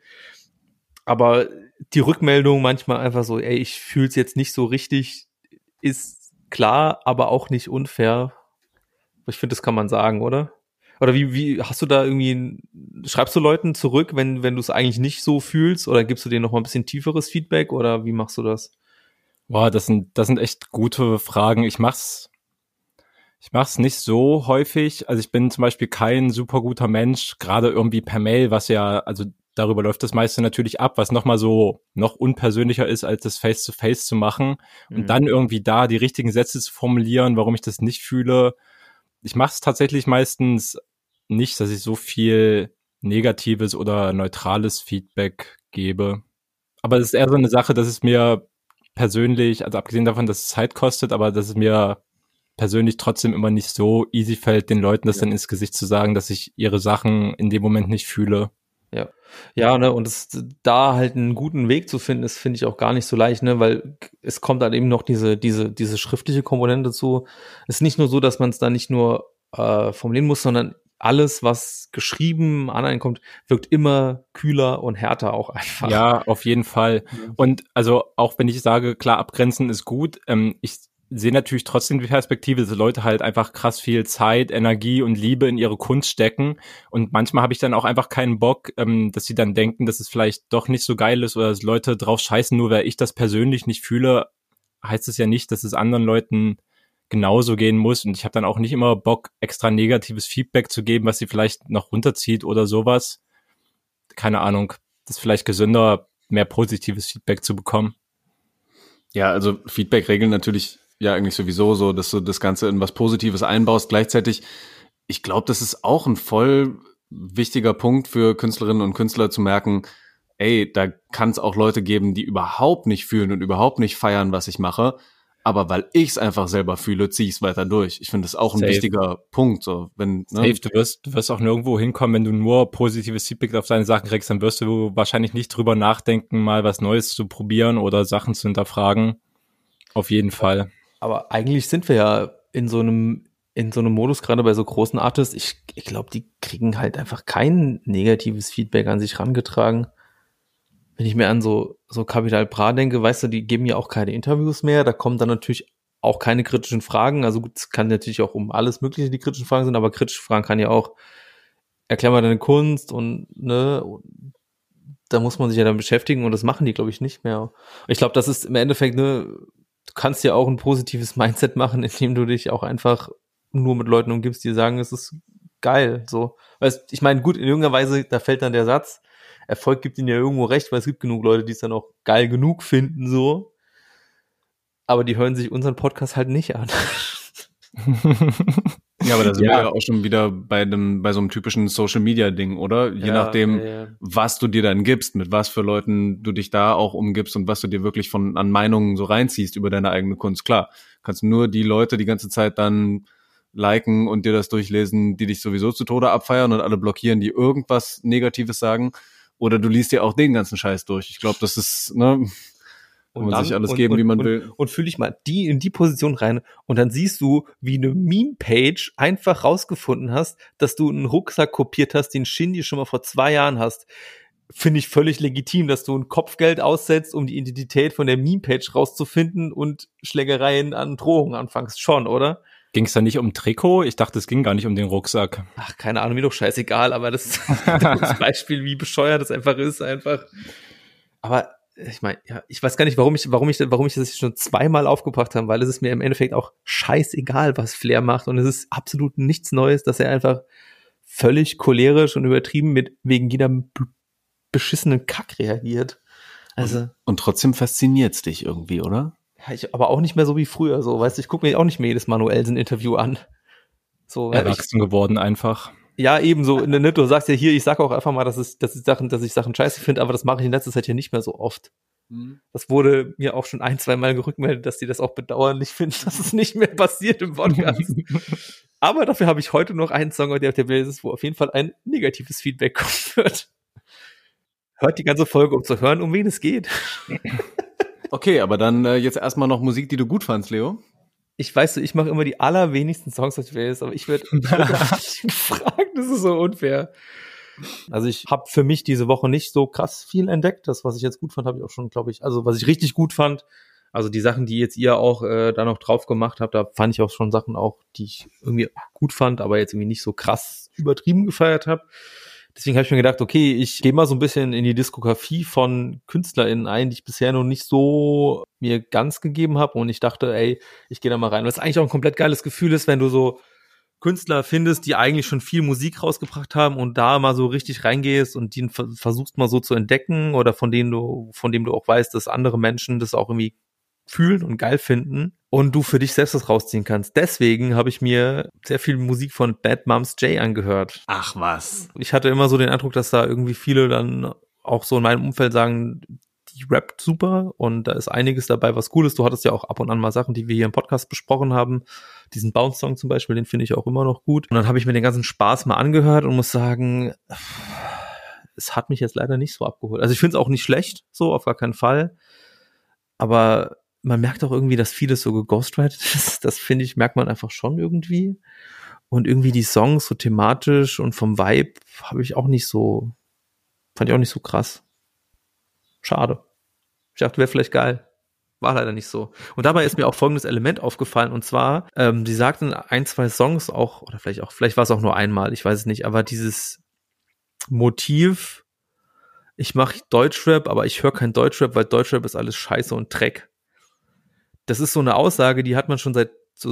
Aber die Rückmeldung manchmal einfach so, ey, ich fühl's jetzt nicht so richtig, ist klar, aber auch nicht unfair. Ich finde, das kann man sagen, oder? Oder wie hast du da irgendwie, schreibst du Leuten zurück, wenn du es eigentlich nicht so fühlst, oder gibst du denen noch mal ein bisschen tieferes Feedback, oder wie machst du das? Boah, das sind echt gute Fragen. Ich mach's nicht so häufig. Also ich bin zum Beispiel kein super guter Mensch, gerade irgendwie per Mail, was ja, also darüber läuft das meiste natürlich ab, was noch unpersönlicher ist, als das Face-to-Face zu machen und dann irgendwie da die richtigen Sätze zu formulieren, warum ich das nicht fühle. Ich mache es tatsächlich meistens nicht, dass ich so viel negatives oder neutrales Feedback gebe. Aber es ist eher so eine Sache, dass es mir persönlich, also abgesehen davon, dass es Zeit kostet, aber dass es mir persönlich trotzdem immer nicht so easy fällt, den Leuten das dann ins Gesicht zu sagen, dass ich ihre Sachen in dem Moment nicht fühle. Ja, ne, und da halt einen guten Weg zu finden, ist, finde ich, auch gar nicht so leicht, ne, weil es kommt halt eben noch diese schriftliche Komponente zu. Es ist nicht nur so, dass man es da nicht nur formulieren muss, sondern alles, was geschrieben ankommt, wirkt immer kühler und härter auch einfach. Ja, auf jeden Fall. Und also auch wenn ich sage, klar, abgrenzen ist gut, ich sehe natürlich trotzdem die Perspektive, dass Leute halt einfach krass viel Zeit, Energie und Liebe in ihre Kunst stecken. Und manchmal habe ich dann auch einfach keinen Bock, dass sie dann denken, dass es vielleicht doch nicht so geil ist oder dass Leute drauf scheißen, nur weil ich das persönlich nicht fühle, heißt es ja nicht, dass es anderen Leuten genauso gehen muss. Und ich habe dann auch nicht immer Bock, extra negatives Feedback zu geben, was sie vielleicht noch runterzieht oder sowas. Keine Ahnung. Das ist vielleicht gesünder, mehr positives Feedback zu bekommen. Ja, also Feedback regeln natürlich ja eigentlich sowieso so, dass du das Ganze in was Positives einbaust. Gleichzeitig, ich glaube, das ist auch ein voll wichtiger Punkt für Künstlerinnen und Künstler zu merken, ey, da kann es auch Leute geben, die überhaupt nicht fühlen und überhaupt nicht feiern, was ich mache. Aber weil ich es einfach selber fühle, ziehe ich es weiter durch. Ich finde das auch ein Safe. wichtiger Punkt. So, wenn, ne? Safe, du wirst auch nirgendwo hinkommen, wenn du nur positives Feedback auf deine Sachen kriegst, dann wirst du wahrscheinlich nicht drüber nachdenken, mal was Neues zu probieren oder Sachen zu hinterfragen. Auf jeden Fall. Aber eigentlich sind wir ja in so einem Modus, gerade bei so großen Artists, ich glaube, die kriegen halt einfach kein negatives Feedback an sich rangetragen. Wenn ich mir an so Capital Bra denke, weißt du, die geben ja auch keine Interviews mehr, da kommen dann natürlich auch keine kritischen Fragen, also gut, es kann natürlich auch um alles Mögliche die kritischen Fragen sind, aber kritische Fragen kann ja auch, erklär mal deine Kunst und, ne, da muss man sich ja dann beschäftigen und das machen die, glaube ich, nicht mehr. Ich glaube, das ist im Endeffekt, ne, du kannst ja auch ein positives Mindset machen, indem du dich auch einfach nur mit Leuten umgibst, die sagen, es ist geil, so. Weißt, ich meine, gut, in irgendeiner Weise, da fällt dann der Satz, Erfolg gibt ihnen ja irgendwo recht, weil es gibt genug Leute, die es dann auch geil genug finden, so. Aber die hören sich unseren Podcast halt nicht an. Ja, aber da sind wir ja auch schon wieder bei so einem typischen Social-Media-Ding, oder? Je nachdem, was du dir dann gibst, mit was für Leuten du dich da auch umgibst und was du dir wirklich an Meinungen so reinziehst über deine eigene Kunst. Klar, kannst nur die Leute die ganze Zeit dann liken und dir das durchlesen, die dich sowieso zu Tode abfeiern und alle blockieren, die irgendwas Negatives sagen. Oder du liest dir auch den ganzen Scheiß durch. Ich glaube, das ist, ne, kann man sich alles geben, wie man will. Und fühl dich mal in die Position rein und dann siehst du, wie eine Meme-Page einfach rausgefunden hast, dass du einen Rucksack kopiert hast, den Shindy schon mal vor 2 Jahren hast. Finde ich völlig legitim, dass du ein Kopfgeld aussetzt, um die Identität von der Meme-Page rauszufinden und Schlägereien an Drohungen anfängst. Schon, oder? Ging es da nicht um Trikot? Ich dachte, es ging gar nicht um den Rucksack. Ach, keine Ahnung, mir doch scheißegal, aber das das Beispiel, wie bescheuert das einfach ist, einfach. Aber ich meine, ja, ich weiß gar nicht, warum ich das schon 2-mal aufgebracht habe, weil es ist mir im Endeffekt auch scheißegal, was Flair macht und es ist absolut nichts Neues, dass er einfach völlig cholerisch und übertrieben wegen jeder beschissenen Kack reagiert. Also. Und trotzdem fasziniert's dich irgendwie, oder? Ja, aber auch nicht mehr so wie früher, so, weißt du, ich gucke mir auch nicht mehr jedes Manuelsen-Interview an. So, erwachsen geworden einfach. Ja, ebenso, ne, du sagst ja hier, ich sag auch einfach mal, dass ich Sachen scheiße finde, aber das mache ich in letzter Zeit ja nicht mehr so oft. Das wurde mir auch schon 1-2 Mal gerückmeldet, dass die das auch bedauerlich finden, dass es nicht mehr passiert im Podcast. Aber dafür habe ich heute noch einen Song, der auf der Playlist ist, wo auf jeden Fall ein negatives Feedback kommen wird. Hört die ganze Folge, um zu hören, um wen es geht. Okay, aber dann jetzt erstmal noch Musik, die du gut fandst, Leo. Ich weiß, ich mache immer die allerwenigsten Songs auf die Playlist, aber ich werde gefragt, das ist so unfair. Also ich habe für mich diese Woche nicht so krass viel entdeckt. Das, was ich jetzt gut fand, habe ich auch schon, glaube ich, also was ich richtig gut fand, also die Sachen, die jetzt ihr auch da noch drauf gemacht habt, da fand ich auch schon Sachen auch, die ich irgendwie gut fand, aber jetzt irgendwie nicht so krass übertrieben gefeiert habe. Deswegen habe ich mir gedacht, okay, ich gehe mal so ein bisschen in die Diskografie von KünstlerInnen ein, die ich bisher noch nicht so mir ganz gegeben habe. Und ich dachte, ey, ich gehe da mal rein. Was eigentlich auch ein komplett geiles Gefühl ist, wenn du so Künstler findest, die eigentlich schon viel Musik rausgebracht haben und da mal so richtig reingehst und die versuchst mal so zu entdecken oder von dem du auch weißt, dass andere Menschen das auch irgendwie fühlen und geil finden und du für dich selbst das rausziehen kannst. Deswegen habe ich mir sehr viel Musik von Bad Moms J angehört. Ach was. Ich hatte immer so den Eindruck, dass da irgendwie viele dann auch so in meinem Umfeld sagen, die rappt super und da ist einiges dabei, was cool ist. Du hattest ja auch ab und an mal Sachen, die wir hier im Podcast besprochen haben. Diesen Bounce-Song zum Beispiel, den finde ich auch immer noch gut. Und dann habe ich mir den ganzen Spaß mal angehört und muss sagen, es hat mich jetzt leider nicht so abgeholt. Also ich finde es auch nicht schlecht, so auf gar keinen Fall. Aber man merkt auch irgendwie, dass vieles so geghostwritet ist. Das finde ich, merkt man einfach schon irgendwie. Und irgendwie die Songs so thematisch und vom Vibe fand ich auch nicht so krass. Schade. Ich dachte, wäre vielleicht geil. War leider nicht so. Und dabei ist mir auch folgendes Element aufgefallen, und zwar, sie sagten in 1, 2 Songs auch, oder vielleicht war es auch nur einmal, ich weiß es nicht, aber dieses Motiv, ich mache Deutschrap, aber ich höre kein Deutschrap, weil Deutschrap ist alles Scheiße und Dreck. Das ist so eine Aussage, die hat man schon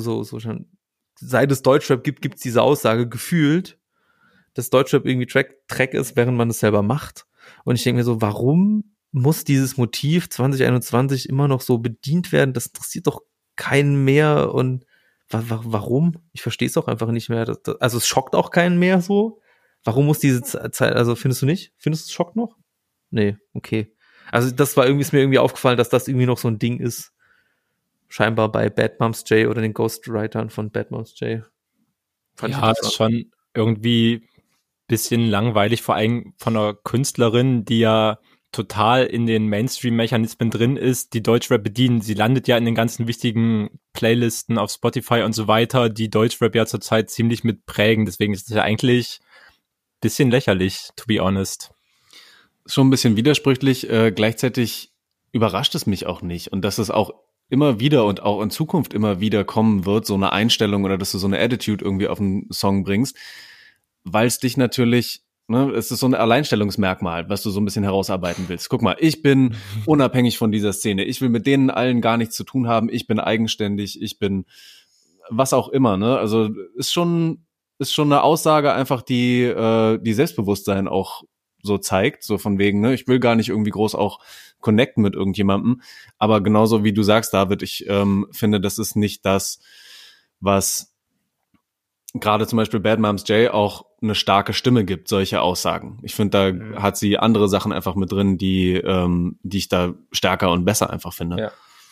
seit es Deutschrap gibt's diese Aussage gefühlt, dass Deutschrap irgendwie Dreck ist, während man es selber macht. Und ich denke mir so, warum muss dieses Motiv 2021 immer noch so bedient werden? Das interessiert doch keinen mehr. Und warum? Ich verstehe es auch einfach nicht mehr. Also es schockt auch keinen mehr so. Warum muss diese Zeit, also findest du nicht? Findest du es schockt noch? Nee, okay. Also ist mir irgendwie aufgefallen, dass das irgendwie noch so ein Ding ist. Scheinbar bei Bad Moms J oder den Ghostwritern von Bad Moms J. Ja, ist schon irgendwie bisschen langweilig, vor allem von einer Künstlerin, die ja total in den Mainstream-Mechanismen drin ist, die Deutschrap bedienen. Sie landet ja in den ganzen wichtigen Playlisten auf Spotify und so weiter, die Deutschrap ja zurzeit ziemlich mit prägen. Deswegen ist es ja eigentlich ein bisschen lächerlich, to be honest. Schon ein bisschen widersprüchlich. Gleichzeitig überrascht es mich auch nicht. Und dass es auch immer wieder und auch in Zukunft immer wieder kommen wird, so eine Einstellung oder dass du so eine Attitude irgendwie auf einen Song bringst, weil es dich natürlich, ne, es ist so ein Alleinstellungsmerkmal, was du so ein bisschen herausarbeiten willst. Guck mal, ich bin unabhängig von dieser Szene. Ich will mit denen allen gar nichts zu tun haben. Ich bin eigenständig. Ich bin was auch immer, ne? Also ist schon eine Aussage einfach, die Selbstbewusstsein auch so zeigt, so von wegen, ne, ich will gar nicht irgendwie groß auch connecten mit irgendjemandem, aber genauso wie du sagst, David, ich finde, das ist nicht das, was gerade zum Beispiel Bad Moms J auch eine starke Stimme gibt, solche Aussagen. Ich finde, da hat sie andere Sachen einfach mit drin, die ich da stärker und besser einfach finde.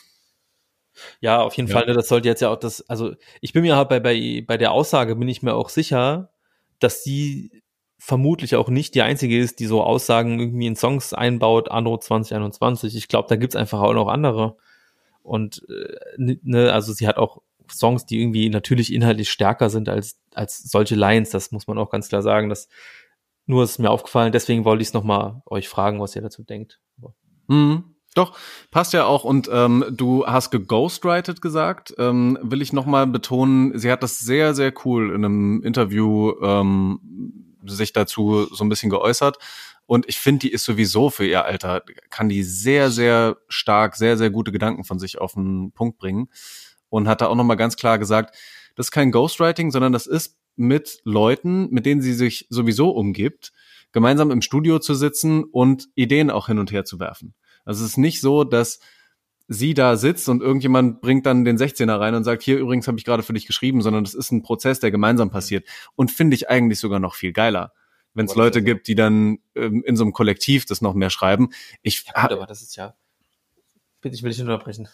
Ja, auf jeden Fall, ne, das sollte jetzt ja auch also ich bin mir halt bei der Aussage bin ich mir auch sicher, dass sie vermutlich auch nicht die einzige ist, die so Aussagen irgendwie in Songs einbaut, anno 2021. Ich glaube, da gibt's einfach auch noch andere. Und ne, also sie hat auch Songs, die irgendwie natürlich inhaltlich stärker sind als solche Lines. Das muss man auch ganz klar sagen. Nur ist mir aufgefallen, deswegen wollte ich es nochmal euch fragen, was ihr dazu denkt. Doch, passt ja auch. Und du hast geghostwritet gesagt. Will ich nochmal betonen, sie hat das sehr, sehr cool in einem Interview sich dazu so ein bisschen geäußert. Und ich finde, die ist sowieso für ihr Alter, kann die sehr, sehr stark, sehr, sehr gute Gedanken von sich auf den Punkt bringen. Und hat da auch nochmal ganz klar gesagt, das ist kein Ghostwriting, sondern das ist mit Leuten, mit denen sie sich sowieso umgibt, gemeinsam im Studio zu sitzen und Ideen auch hin und her zu werfen. Also es ist nicht so, dass sie da sitzt und irgendjemand bringt dann den 16er rein und sagt, hier übrigens habe ich gerade für dich geschrieben, sondern das ist ein Prozess, der gemeinsam passiert. Und finde ich eigentlich sogar noch viel geiler, wenn es Leute gibt, die dann in so einem Kollektiv das noch mehr schreiben. Aber das ist ja... Bitte, ich will dich nicht unterbrechen.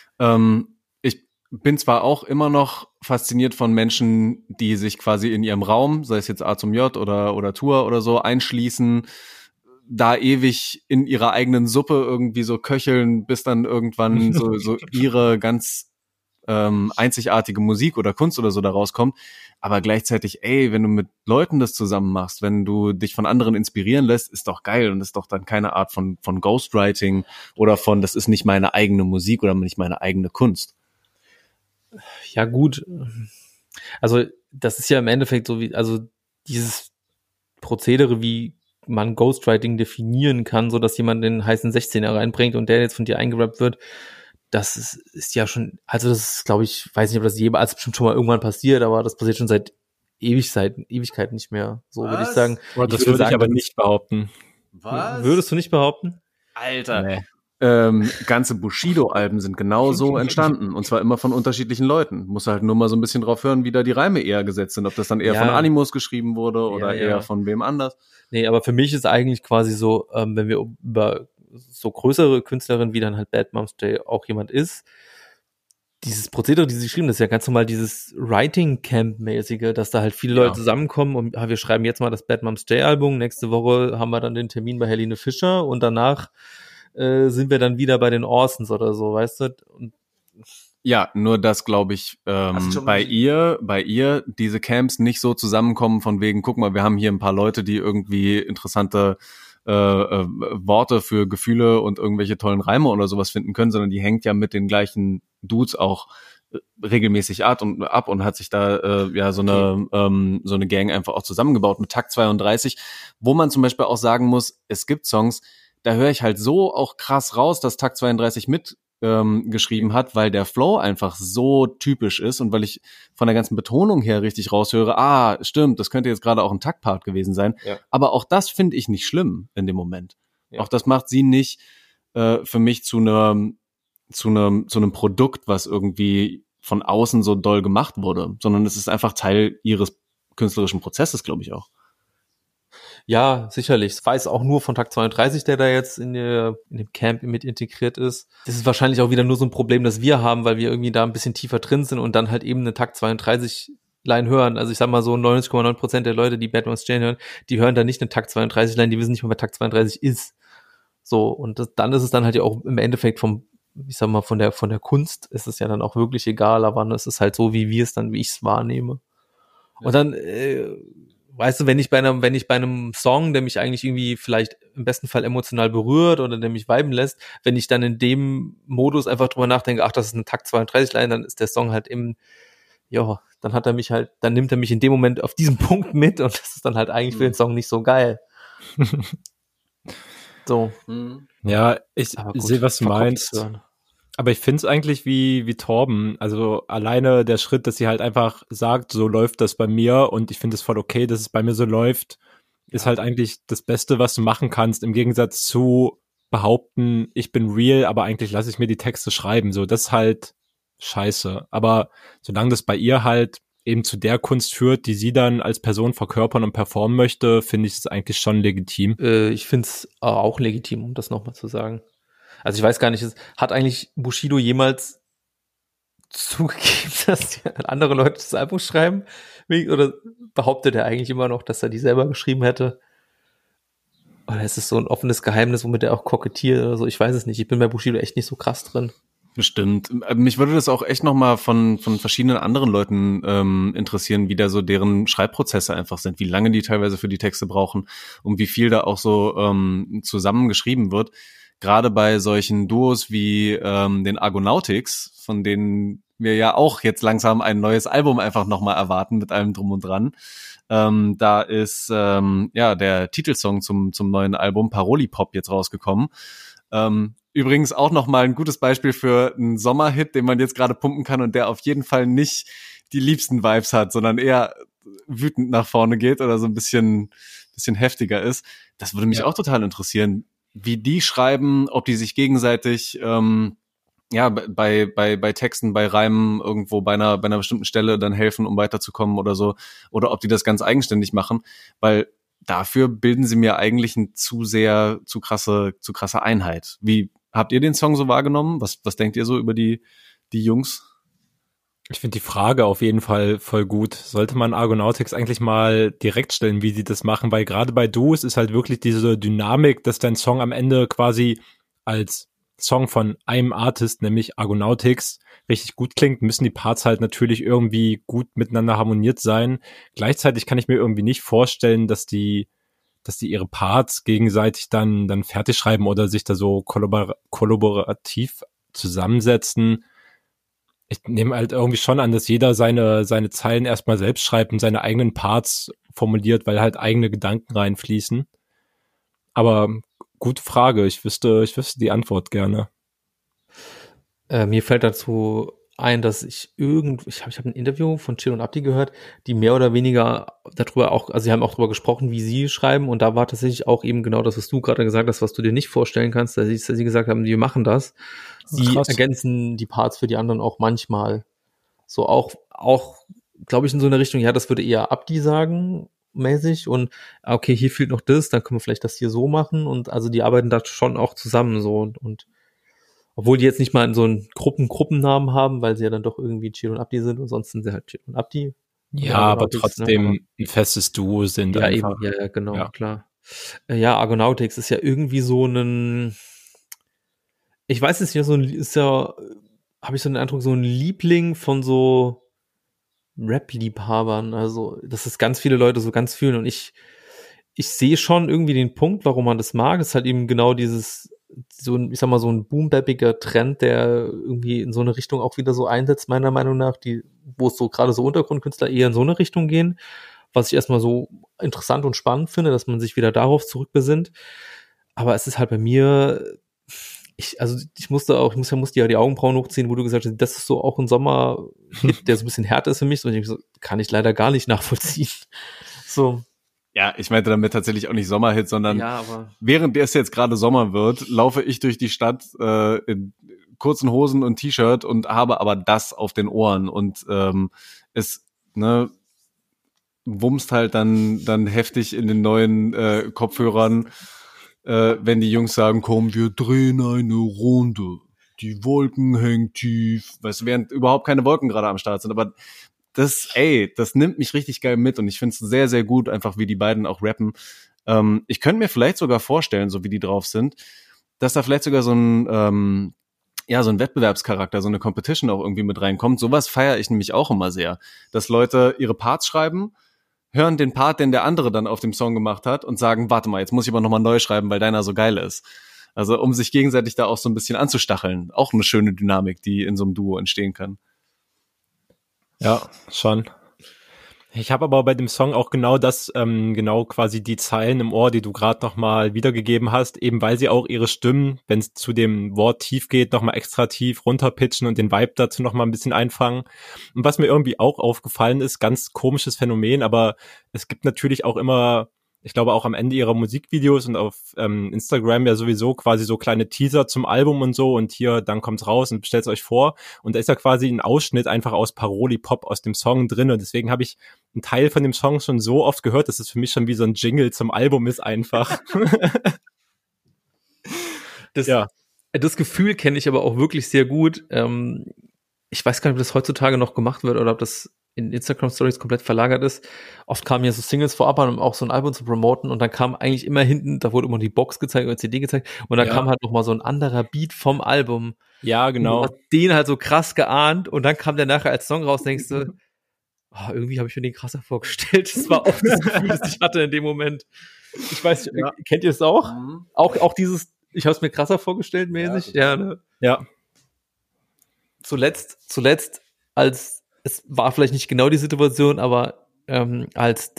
Ich bin zwar auch immer noch fasziniert von Menschen, die sich quasi in ihrem Raum, sei es jetzt A zum J oder Tour oder so, einschließen, da ewig in ihrer eigenen Suppe irgendwie so köcheln, bis dann irgendwann so ihre ganz einzigartige Musik oder Kunst oder so da rauskommt. Aber gleichzeitig, wenn du mit Leuten das zusammen machst, wenn du dich von anderen inspirieren lässt, ist doch geil und ist doch dann keine Art von Ghostwriting oder das ist nicht meine eigene Musik oder nicht meine eigene Kunst. Ja gut, also das ist ja im Endeffekt so also dieses Prozedere, wie man Ghostwriting definieren kann, so dass jemand den heißen 16er reinbringt und der jetzt von dir eingerappt wird, das ist ja schon, also das ist, glaube ich, weiß nicht, ob das jemals bestimmt schon mal irgendwann passiert, aber das passiert schon seit Ewigkeiten nicht mehr, so würde ich sagen. Das würde ich aber nicht behaupten. Was? Würdest du nicht behaupten? Alter. Nee. Ganze Bushido-Alben sind genau so entstanden. Und zwar immer von unterschiedlichen Leuten. Muss halt nur mal so ein bisschen drauf hören, wie da die Reime eher gesetzt sind. Ob das dann eher von Animus geschrieben wurde oder eher von wem anders. Nee, aber für mich ist eigentlich quasi so, wenn wir über so größere Künstlerinnen wie dann halt Bad Moms J auch jemand ist, dieses Prozedere, die sie geschrieben, das ist ja ganz normal dieses Writing-Camp-mäßige, dass da halt viele Leute zusammenkommen und wir schreiben jetzt mal das Bad Moms J-Album, nächste Woche haben wir dann den Termin bei Helene Fischer und danach sind wir dann wieder bei den Orsons oder so, weißt du? Und ja, nur dass, glaube ich, bei ihr diese Camps nicht so zusammenkommen von wegen, guck mal, wir haben hier ein paar Leute, die irgendwie interessante Worte für Gefühle und irgendwelche tollen Reime oder sowas finden können, sondern die hängt ja mit den gleichen Dudes auch regelmäßig ab und hat sich da so eine Gang einfach auch zusammengebaut mit Takt 32, wo man zum Beispiel auch sagen muss, es gibt Songs, da höre ich halt so auch krass raus, dass Takt 32 mit geschrieben hat, weil der Flow einfach so typisch ist und weil ich von der ganzen Betonung her richtig raushöre, stimmt, das könnte jetzt gerade auch ein Taktpart gewesen sein. Ja. Aber auch das finde ich nicht schlimm in dem Moment. Ja. Auch das macht sie nicht für mich zu einem Produkt, was irgendwie von außen so doll gemacht wurde, sondern es ist einfach Teil ihres künstlerischen Prozesses, glaube ich auch. Ja, sicherlich. Es weiß auch nur von Takt 32, der da jetzt in dem Camp mit integriert ist. Das ist wahrscheinlich auch wieder nur so ein Problem, das wir haben, weil wir irgendwie da ein bisschen tiefer drin sind und dann halt eben eine Takt 32 Line hören. Also ich sag mal so 99,9% der Leute, die Bad Moms J hören, die hören da nicht eine Takt 32 Line, die wissen nicht mal, wer Takt 32 ist. So, und dann ist es dann halt ja auch im Endeffekt von der Kunst ist es ja dann auch wirklich egal, aber es ist halt so, wie ich es wahrnehme. Ja. Und dann, weißt du, wenn ich bei einem Song, der mich eigentlich irgendwie vielleicht im besten Fall emotional berührt oder der mich viben lässt, wenn ich dann in dem Modus einfach drüber nachdenke, das ist ein Takt 32 Line, dann ist der Song halt dann nimmt er mich in dem Moment auf diesen Punkt mit und das ist dann halt eigentlich für den Song nicht so geil. So. Ja, ich sehe, was du meinst. Aber ich finde es eigentlich wie Torben. Also alleine der Schritt, dass sie halt einfach sagt, so läuft das bei mir und ich finde es voll okay, dass es bei mir so läuft, ist halt eigentlich das Beste, was du machen kannst, im Gegensatz zu behaupten, ich bin real, aber eigentlich lasse ich mir die Texte schreiben. So, das ist halt scheiße. Aber solange das bei ihr halt eben zu der Kunst führt, die sie dann als Person verkörpern und performen möchte, finde ich es eigentlich schon legitim. Ich finde es auch legitim, um das nochmal zu sagen. Also ich weiß gar nicht, hat eigentlich Bushido jemals zugegeben, dass andere Leute das Album schreiben? Oder behauptet er eigentlich immer noch, dass er die selber geschrieben hätte? Oder ist es so ein offenes Geheimnis, womit er auch kokettiert oder so? Ich weiß es nicht. Ich bin bei Bushido echt nicht so krass drin. Bestimmt. Mich würde das auch echt nochmal von verschiedenen anderen Leuten interessieren, wie da so deren Schreibprozesse einfach sind, wie lange die teilweise für die Texte brauchen und wie viel da auch so zusammengeschrieben wird. Gerade bei solchen Duos wie den Argonautics, von denen wir ja auch jetzt langsam ein neues Album einfach nochmal erwarten mit allem drum und dran. Da ist der Titelsong zum neuen Album Paroli-Pop jetzt rausgekommen. Übrigens auch nochmal ein gutes Beispiel für einen Sommerhit, den man jetzt gerade pumpen kann und der auf jeden Fall nicht die liebsten Vibes hat, sondern eher wütend nach vorne geht oder so ein bisschen heftiger ist. Das würde mich auch total interessieren, wie die schreiben, ob die sich gegenseitig bei Texten, bei Reimen irgendwo bei einer bestimmten Stelle dann helfen, um weiterzukommen oder so, oder ob die das ganz eigenständig machen, weil dafür bilden sie mir eigentlich eine zu krasse Einheit. Wie habt ihr den Song so wahrgenommen? Was denkt ihr so über die Jungs? Ich finde die Frage auf jeden Fall voll gut. Sollte man Argonautics eigentlich mal direkt stellen, wie sie das machen? Weil gerade bei Duos ist halt wirklich diese Dynamik, dass dein Song am Ende quasi als Song von einem Artist, nämlich Argonautics, richtig gut klingt, müssen die Parts halt natürlich irgendwie gut miteinander harmoniert sein. Gleichzeitig kann ich mir irgendwie nicht vorstellen, dass die ihre Parts gegenseitig dann fertig schreiben oder sich da so kollaborativ zusammensetzen. Ich nehme halt irgendwie schon an, dass jeder seine Zeilen erstmal selbst schreibt und seine eigenen Parts formuliert, weil halt eigene Gedanken reinfließen. Aber gute Frage. Ich wüsste die Antwort gerne. Mir fällt dazu ein, dass ich habe ein Interview von Chill und Abdi gehört, die mehr oder weniger darüber auch, also sie haben auch darüber gesprochen, wie sie schreiben und da war tatsächlich auch eben genau das, was du gerade gesagt hast, was du dir nicht vorstellen kannst, dass sie gesagt haben, wir machen das. Sie ergänzen die Parts für die anderen auch manchmal. So auch, glaube ich, in so eine Richtung, ja, das würde eher Abdi sagen, mäßig und okay, hier fehlt noch das, dann können wir vielleicht das hier so machen und also die arbeiten da schon auch zusammen so und Obwohl die jetzt nicht mal so einen Gruppennamen haben, weil sie ja dann doch irgendwie Chill und Abdi sind und sonst sind sie halt Chill und Abdi. Ja, aber Argonautics, trotzdem ein festes Duo sind ja, einfach. eben, ja, genau, Ja. klar. Ja, Argonautics ist ja irgendwie so ich weiß es nicht, ist ja, habe ich so den Eindruck, so ein Liebling von so Rap-Liebhabern, also, dass es ganz viele Leute so ganz fühlen und ich sehe schon irgendwie den Punkt, warum man das mag. Es ist halt eben genau so ein boom-bappiger Trend, der irgendwie in so eine Richtung auch wieder so einsetzt, meiner Meinung nach, wo es so gerade so Untergrundkünstler eher in so eine Richtung gehen, was ich erstmal so interessant und spannend finde, dass man sich wieder darauf zurückbesinnt. Aber es ist halt bei mir, ich musste ja die Augenbrauen hochziehen, wo du gesagt hast, das ist so auch ein Sommer-Hit, der so ein bisschen härter ist für mich. Und ich so, kann ich leider gar nicht nachvollziehen. So. Ja, ich meinte damit tatsächlich auch nicht Sommerhit, sondern Ja, aber während es jetzt gerade Sommer wird, laufe ich durch die Stadt in kurzen Hosen und T-Shirt und habe aber das auf den Ohren und es wumst halt dann heftig in den neuen Kopfhörern, wenn die Jungs sagen, komm, wir drehen eine Runde, die Wolken hängen tief, weißt du, während überhaupt keine Wolken gerade am Start sind, aber das nimmt mich richtig geil mit und ich finde es sehr, sehr gut, einfach wie die beiden auch rappen. Ich könnte mir vielleicht sogar vorstellen, so wie die drauf sind, dass da vielleicht sogar so ein Wettbewerbscharakter, so eine Competition auch irgendwie mit reinkommt. Sowas feiere ich nämlich auch immer sehr, dass Leute ihre Parts schreiben, hören den Part, den der andere dann auf dem Song gemacht hat und sagen, warte mal, jetzt muss ich aber nochmal neu schreiben, weil deiner so geil ist. Also um sich gegenseitig da auch so ein bisschen anzustacheln. Auch eine schöne Dynamik, die in so einem Duo entstehen kann. Ja, schon. Ich habe aber bei dem Song auch genau genau quasi die Zeilen im Ohr, die du gerade nochmal wiedergegeben hast, eben weil sie auch ihre Stimmen, wenn es zu dem Wort tief geht, nochmal extra tief runterpitchen und den Vibe dazu nochmal ein bisschen einfangen. Und was mir irgendwie auch aufgefallen ist, ganz komisches Phänomen, aber es gibt natürlich auch immer, ich glaube auch am Ende ihrer Musikvideos und auf Instagram ja sowieso quasi so kleine Teaser zum Album und so und hier, dann kommt's raus und stellt's euch vor und da ist ja quasi ein Ausschnitt einfach aus Paroli-Pop aus dem Song drin und deswegen habe ich einen Teil von dem Song schon so oft gehört, dass es für mich schon wie so ein Jingle zum Album ist einfach. Das Gefühl kenne ich aber auch wirklich sehr gut. Ich weiß gar nicht, ob das heutzutage noch gemacht wird oder ob das in Instagram-Stories komplett verlagert ist. Oft kamen ja so Singles vorab an, um auch so ein Album zu promoten und dann kam eigentlich immer hinten, da wurde immer die Box gezeigt oder CD gezeigt und dann kam halt nochmal so ein anderer Beat vom Album. Ja, genau. Und du hast den halt so krass geahnt und dann kam der nachher als Song raus, denkst du, irgendwie habe ich mir den krasser vorgestellt. Das war auch das Gefühl, das ich hatte in dem Moment. Ich weiß nicht, kennt ihr es auch? Auch dieses, ich habe es mir krasser vorgestellt mäßig? Ja, ne? Ja. Zuletzt, als es war vielleicht nicht genau die Situation, aber als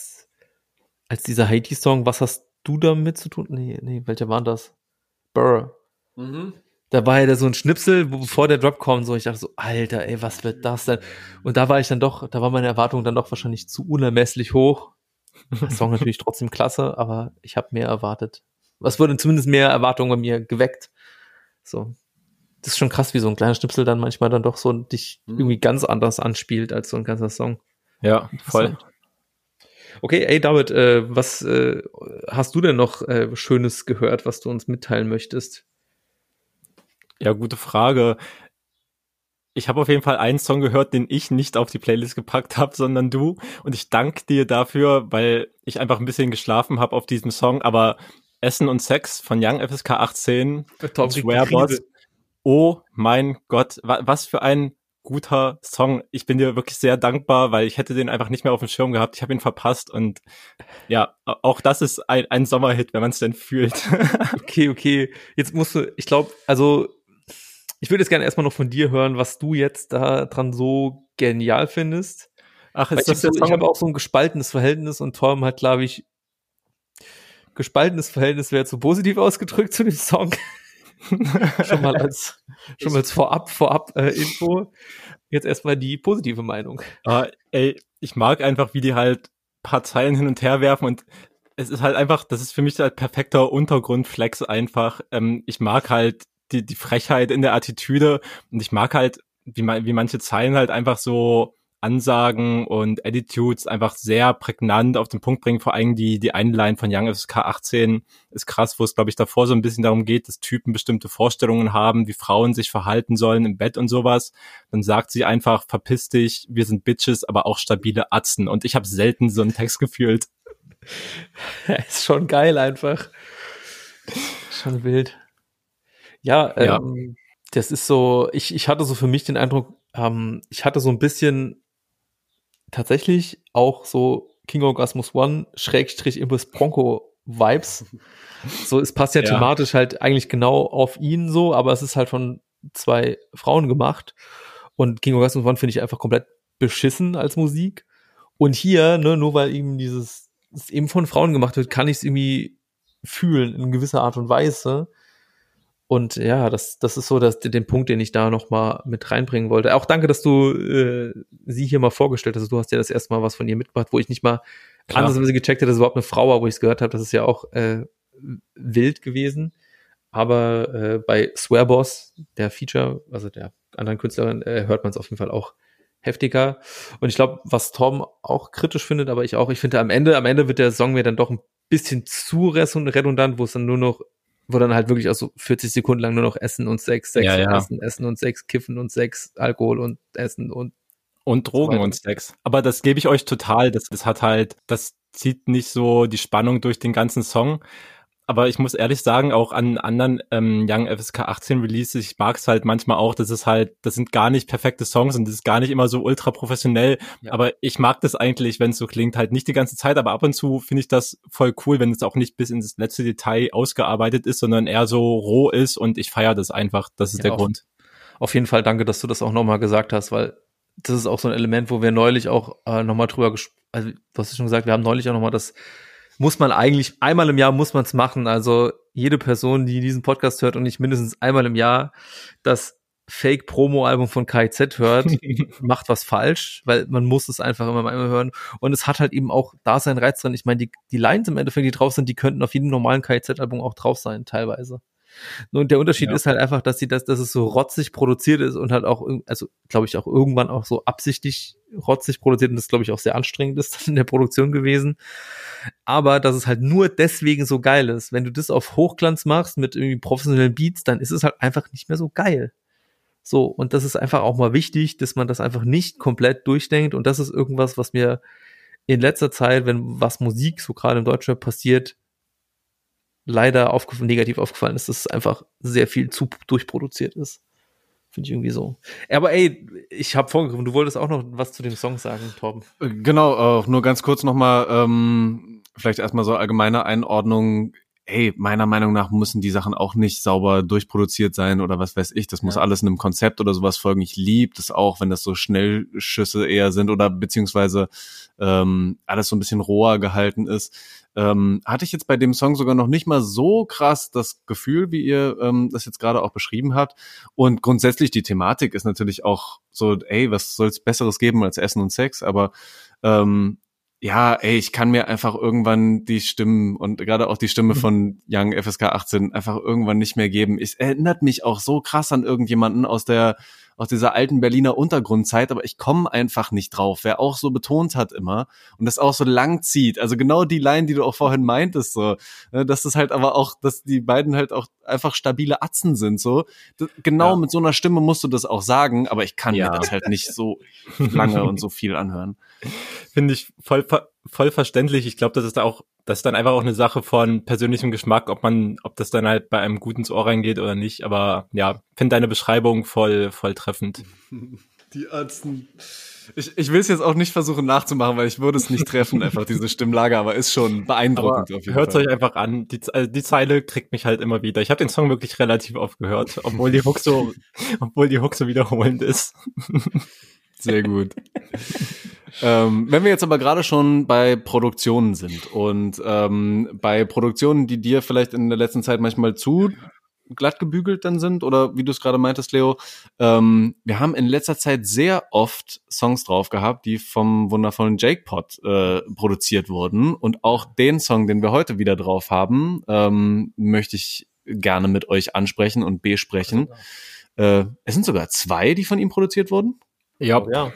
dieser Haiti-Song, was hast du damit zu tun? Nee, welcher war das? Burr. Da war ja so ein Schnipsel, bevor der Drop kommt, so ich dachte so, Alter, ey, was wird das denn? Und da war meine Erwartung dann doch wahrscheinlich zu unermesslich hoch. Der Song natürlich trotzdem klasse, aber ich habe mehr erwartet. Was wurde zumindest mehr Erwartungen bei mir geweckt? So. Das ist schon krass, wie so ein kleiner Schnipsel dann manchmal dann doch so dich irgendwie ganz anders anspielt als so ein ganzer Song. Ja, voll. Okay, ey David, was hast du denn noch Schönes gehört, was du uns mitteilen möchtest? Ja, gute Frage. Ich habe auf jeden Fall einen Song gehört, den ich nicht auf die Playlist gepackt habe, sondern du. Und ich danke dir dafür, weil ich einfach ein bisschen geschlafen habe auf diesem Song. Aber Essen und Sex von Young FSK 18, Swearboss. Oh mein Gott, was für ein guter Song. Ich bin dir wirklich sehr dankbar, weil ich hätte den einfach nicht mehr auf dem Schirm gehabt. Ich habe ihn verpasst und ja, auch das ist ein Sommerhit, wenn man es denn fühlt. Okay. Jetzt musst du, ich glaube, also ich würde jetzt gerne erstmal noch von dir hören, was du jetzt da dran so genial findest. Ach, ist das ich habe auch so ein gespaltenes Verhältnis und Torben hat, glaube ich, gespaltenes Verhältnis wäre zu positiv ausgedrückt zu dem Song. schon mal als vorab Info. Jetzt erstmal die positive Meinung. Ich mag einfach, wie die halt paar Zeilen hin und her werfen und es ist halt einfach, das ist für mich halt perfekter Untergrundflex einfach. Ich mag halt die Frechheit in der Attitüde und ich mag halt, wie manche Zeilen halt einfach so Ansagen und Attitudes einfach sehr prägnant auf den Punkt bringen. Vor allem die eine Line von Young FSK 18 ist krass, wo es, glaube ich, davor so ein bisschen darum geht, dass Typen bestimmte Vorstellungen haben, wie Frauen sich verhalten sollen im Bett und sowas. Dann sagt sie einfach, verpiss dich, wir sind Bitches, aber auch stabile Atzen. Und ich habe selten so einen Text gefühlt. Ist schon geil einfach. Schon wild. Ja, Ja. das ist so, ich hatte so für mich den Eindruck, ich hatte so ein bisschen tatsächlich auch so King Orgasmus One / Imbus Bronco Vibes. So, es passt ja Ja. thematisch halt eigentlich genau auf ihn so, aber es ist halt von 2 Frauen gemacht. Und King Orgasmus One finde ich einfach komplett beschissen als Musik. Und hier, ne, nur weil eben es eben von Frauen gemacht wird, kann ich es irgendwie fühlen in gewisser Art und Weise. Und ja, das ist so den Punkt, den ich da noch mal mit reinbringen wollte. Auch danke, dass du sie hier mal vorgestellt hast. Du hast ja das erste Mal was von ihr mitgebracht, wo ich nicht mal andersweise gecheckt hätte, dass es überhaupt eine Frau war, wo ich es gehört habe. Das ist ja auch wild gewesen. Aber bei Swearboss, der Feature, also der anderen Künstlerin, hört man es auf jeden Fall auch heftiger. Und ich glaube, was Tom auch kritisch findet, aber ich auch, ich finde am Ende wird der Song mir dann doch ein bisschen zu redundant, wo es dann nur noch, wo dann halt wirklich auch so 40 Sekunden lang nur noch Essen und Sex, Sex Ja, und ja. Essen und Sex, Kiffen und Sex, Alkohol und Essen und Und Drogen weiter. und Sex. Aber das gebe ich euch total. Das hat halt, das zieht nicht so die Spannung durch den ganzen Song. Aber ich muss ehrlich sagen, auch an anderen Young FSK 18 Releases, ich mag es halt manchmal auch, das sind gar nicht perfekte Songs und das ist gar nicht immer so ultra professionell. Ja. Aber ich mag das eigentlich, wenn es so klingt, halt nicht die ganze Zeit, aber ab und zu finde ich das voll cool, wenn es auch nicht bis ins letzte Detail ausgearbeitet ist, sondern eher so roh ist und ich feiere das einfach. Das ist Ja, der auf- Grund. Auf jeden Fall danke, dass du das auch nochmal gesagt hast, weil das ist auch so ein Element, wo wir neulich auch nochmal drüber also du hast ja schon gesagt, wir haben neulich auch nochmal das, muss man eigentlich, einmal im Jahr muss man es machen, also jede Person, die diesen Podcast hört und nicht mindestens einmal im Jahr das Fake-Promo-Album von KIZ hört, macht was falsch, weil man muss es einfach immer mal hören und es hat halt eben auch da seinen Reiz drin. Ich meine, die Lines im Endeffekt, die drauf sind, die könnten auf jedem normalen KIZ-Album auch drauf sein, teilweise. Und der Unterschied Ja. ist halt einfach, dass es so rotzig produziert ist und halt auch, also glaube ich auch irgendwann auch so absichtlich rotzig produziert und das glaube ich auch sehr anstrengend ist dann in der Produktion gewesen. Aber dass es halt nur deswegen so geil ist. Wenn du das auf Hochglanz machst mit irgendwie professionellen Beats, dann ist es halt einfach nicht mehr so geil. So, und das ist einfach auch mal wichtig, dass man das einfach nicht komplett durchdenkt und das ist irgendwas, was mir in letzter Zeit, wenn was Musik so gerade im Deutschrap passiert, leider negativ aufgefallen ist, dass es einfach sehr viel zu durchproduziert ist. Finde ich irgendwie so. Aber ey, ich habe vorgegriffen, du wolltest auch noch was zu dem Song sagen, Torben. Genau, nur ganz kurz nochmal, vielleicht erstmal so allgemeine Einordnung. Ey, meiner Meinung nach müssen die Sachen auch nicht sauber durchproduziert sein oder was weiß ich. Das muss alles in einem Konzept oder sowas folgen. Ich liebe das auch, wenn das so Schnellschüsse eher sind oder beziehungsweise alles so ein bisschen roher gehalten ist. Hatte ich jetzt bei dem Song sogar noch nicht mal so krass das Gefühl, wie ihr das jetzt gerade auch beschrieben habt. Und grundsätzlich die Thematik ist natürlich auch so, ey, was soll's Besseres geben als Essen und Sex? Aber ja, ey, ich kann mir einfach irgendwann die Stimmen und gerade auch die Stimme von Young FSK 18 einfach irgendwann nicht mehr geben. Es erinnert mich auch so krass an irgendjemanden aus dieser alten Berliner Untergrundzeit, aber ich komme einfach nicht drauf, wer auch so betont hat immer und das auch so lang zieht. Also genau die Line, die du auch vorhin meintest, so, dass das halt aber auch, dass die beiden halt auch einfach stabile Atzen sind, so. Genau mit so einer Stimme musst du das auch sagen, aber ich kann mir das halt nicht so lange und so viel anhören. Finde ich voll verständlich. Ich glaube, das ist dann einfach auch eine Sache von persönlichem Geschmack, ob das dann halt bei einem gut ins Ohr reingeht oder nicht. Aber ja, finde deine Beschreibung voll treffend. Die Atzen. Ich will es jetzt auch nicht versuchen nachzumachen, weil ich würde es nicht treffen, einfach diese Stimmlage, aber ist schon beeindruckend auf jeden Hört Fall. euch einfach an. Die Zeile kriegt mich halt immer wieder. Ich habe den Song wirklich relativ oft gehört, obwohl die Hook so wiederholend ist. Sehr gut. Wenn wir jetzt aber gerade schon bei Produktionen sind und bei Produktionen, die dir vielleicht in der letzten Zeit manchmal zu glatt gebügelt dann sind oder wie du es gerade meintest, Leo, wir haben in letzter Zeit sehr oft Songs drauf gehabt, die vom wundervollen Jake Pot produziert wurden und auch den Song, den wir heute wieder drauf haben, möchte ich gerne mit euch ansprechen und besprechen. Es sind sogar 2, die von ihm produziert wurden. Ja.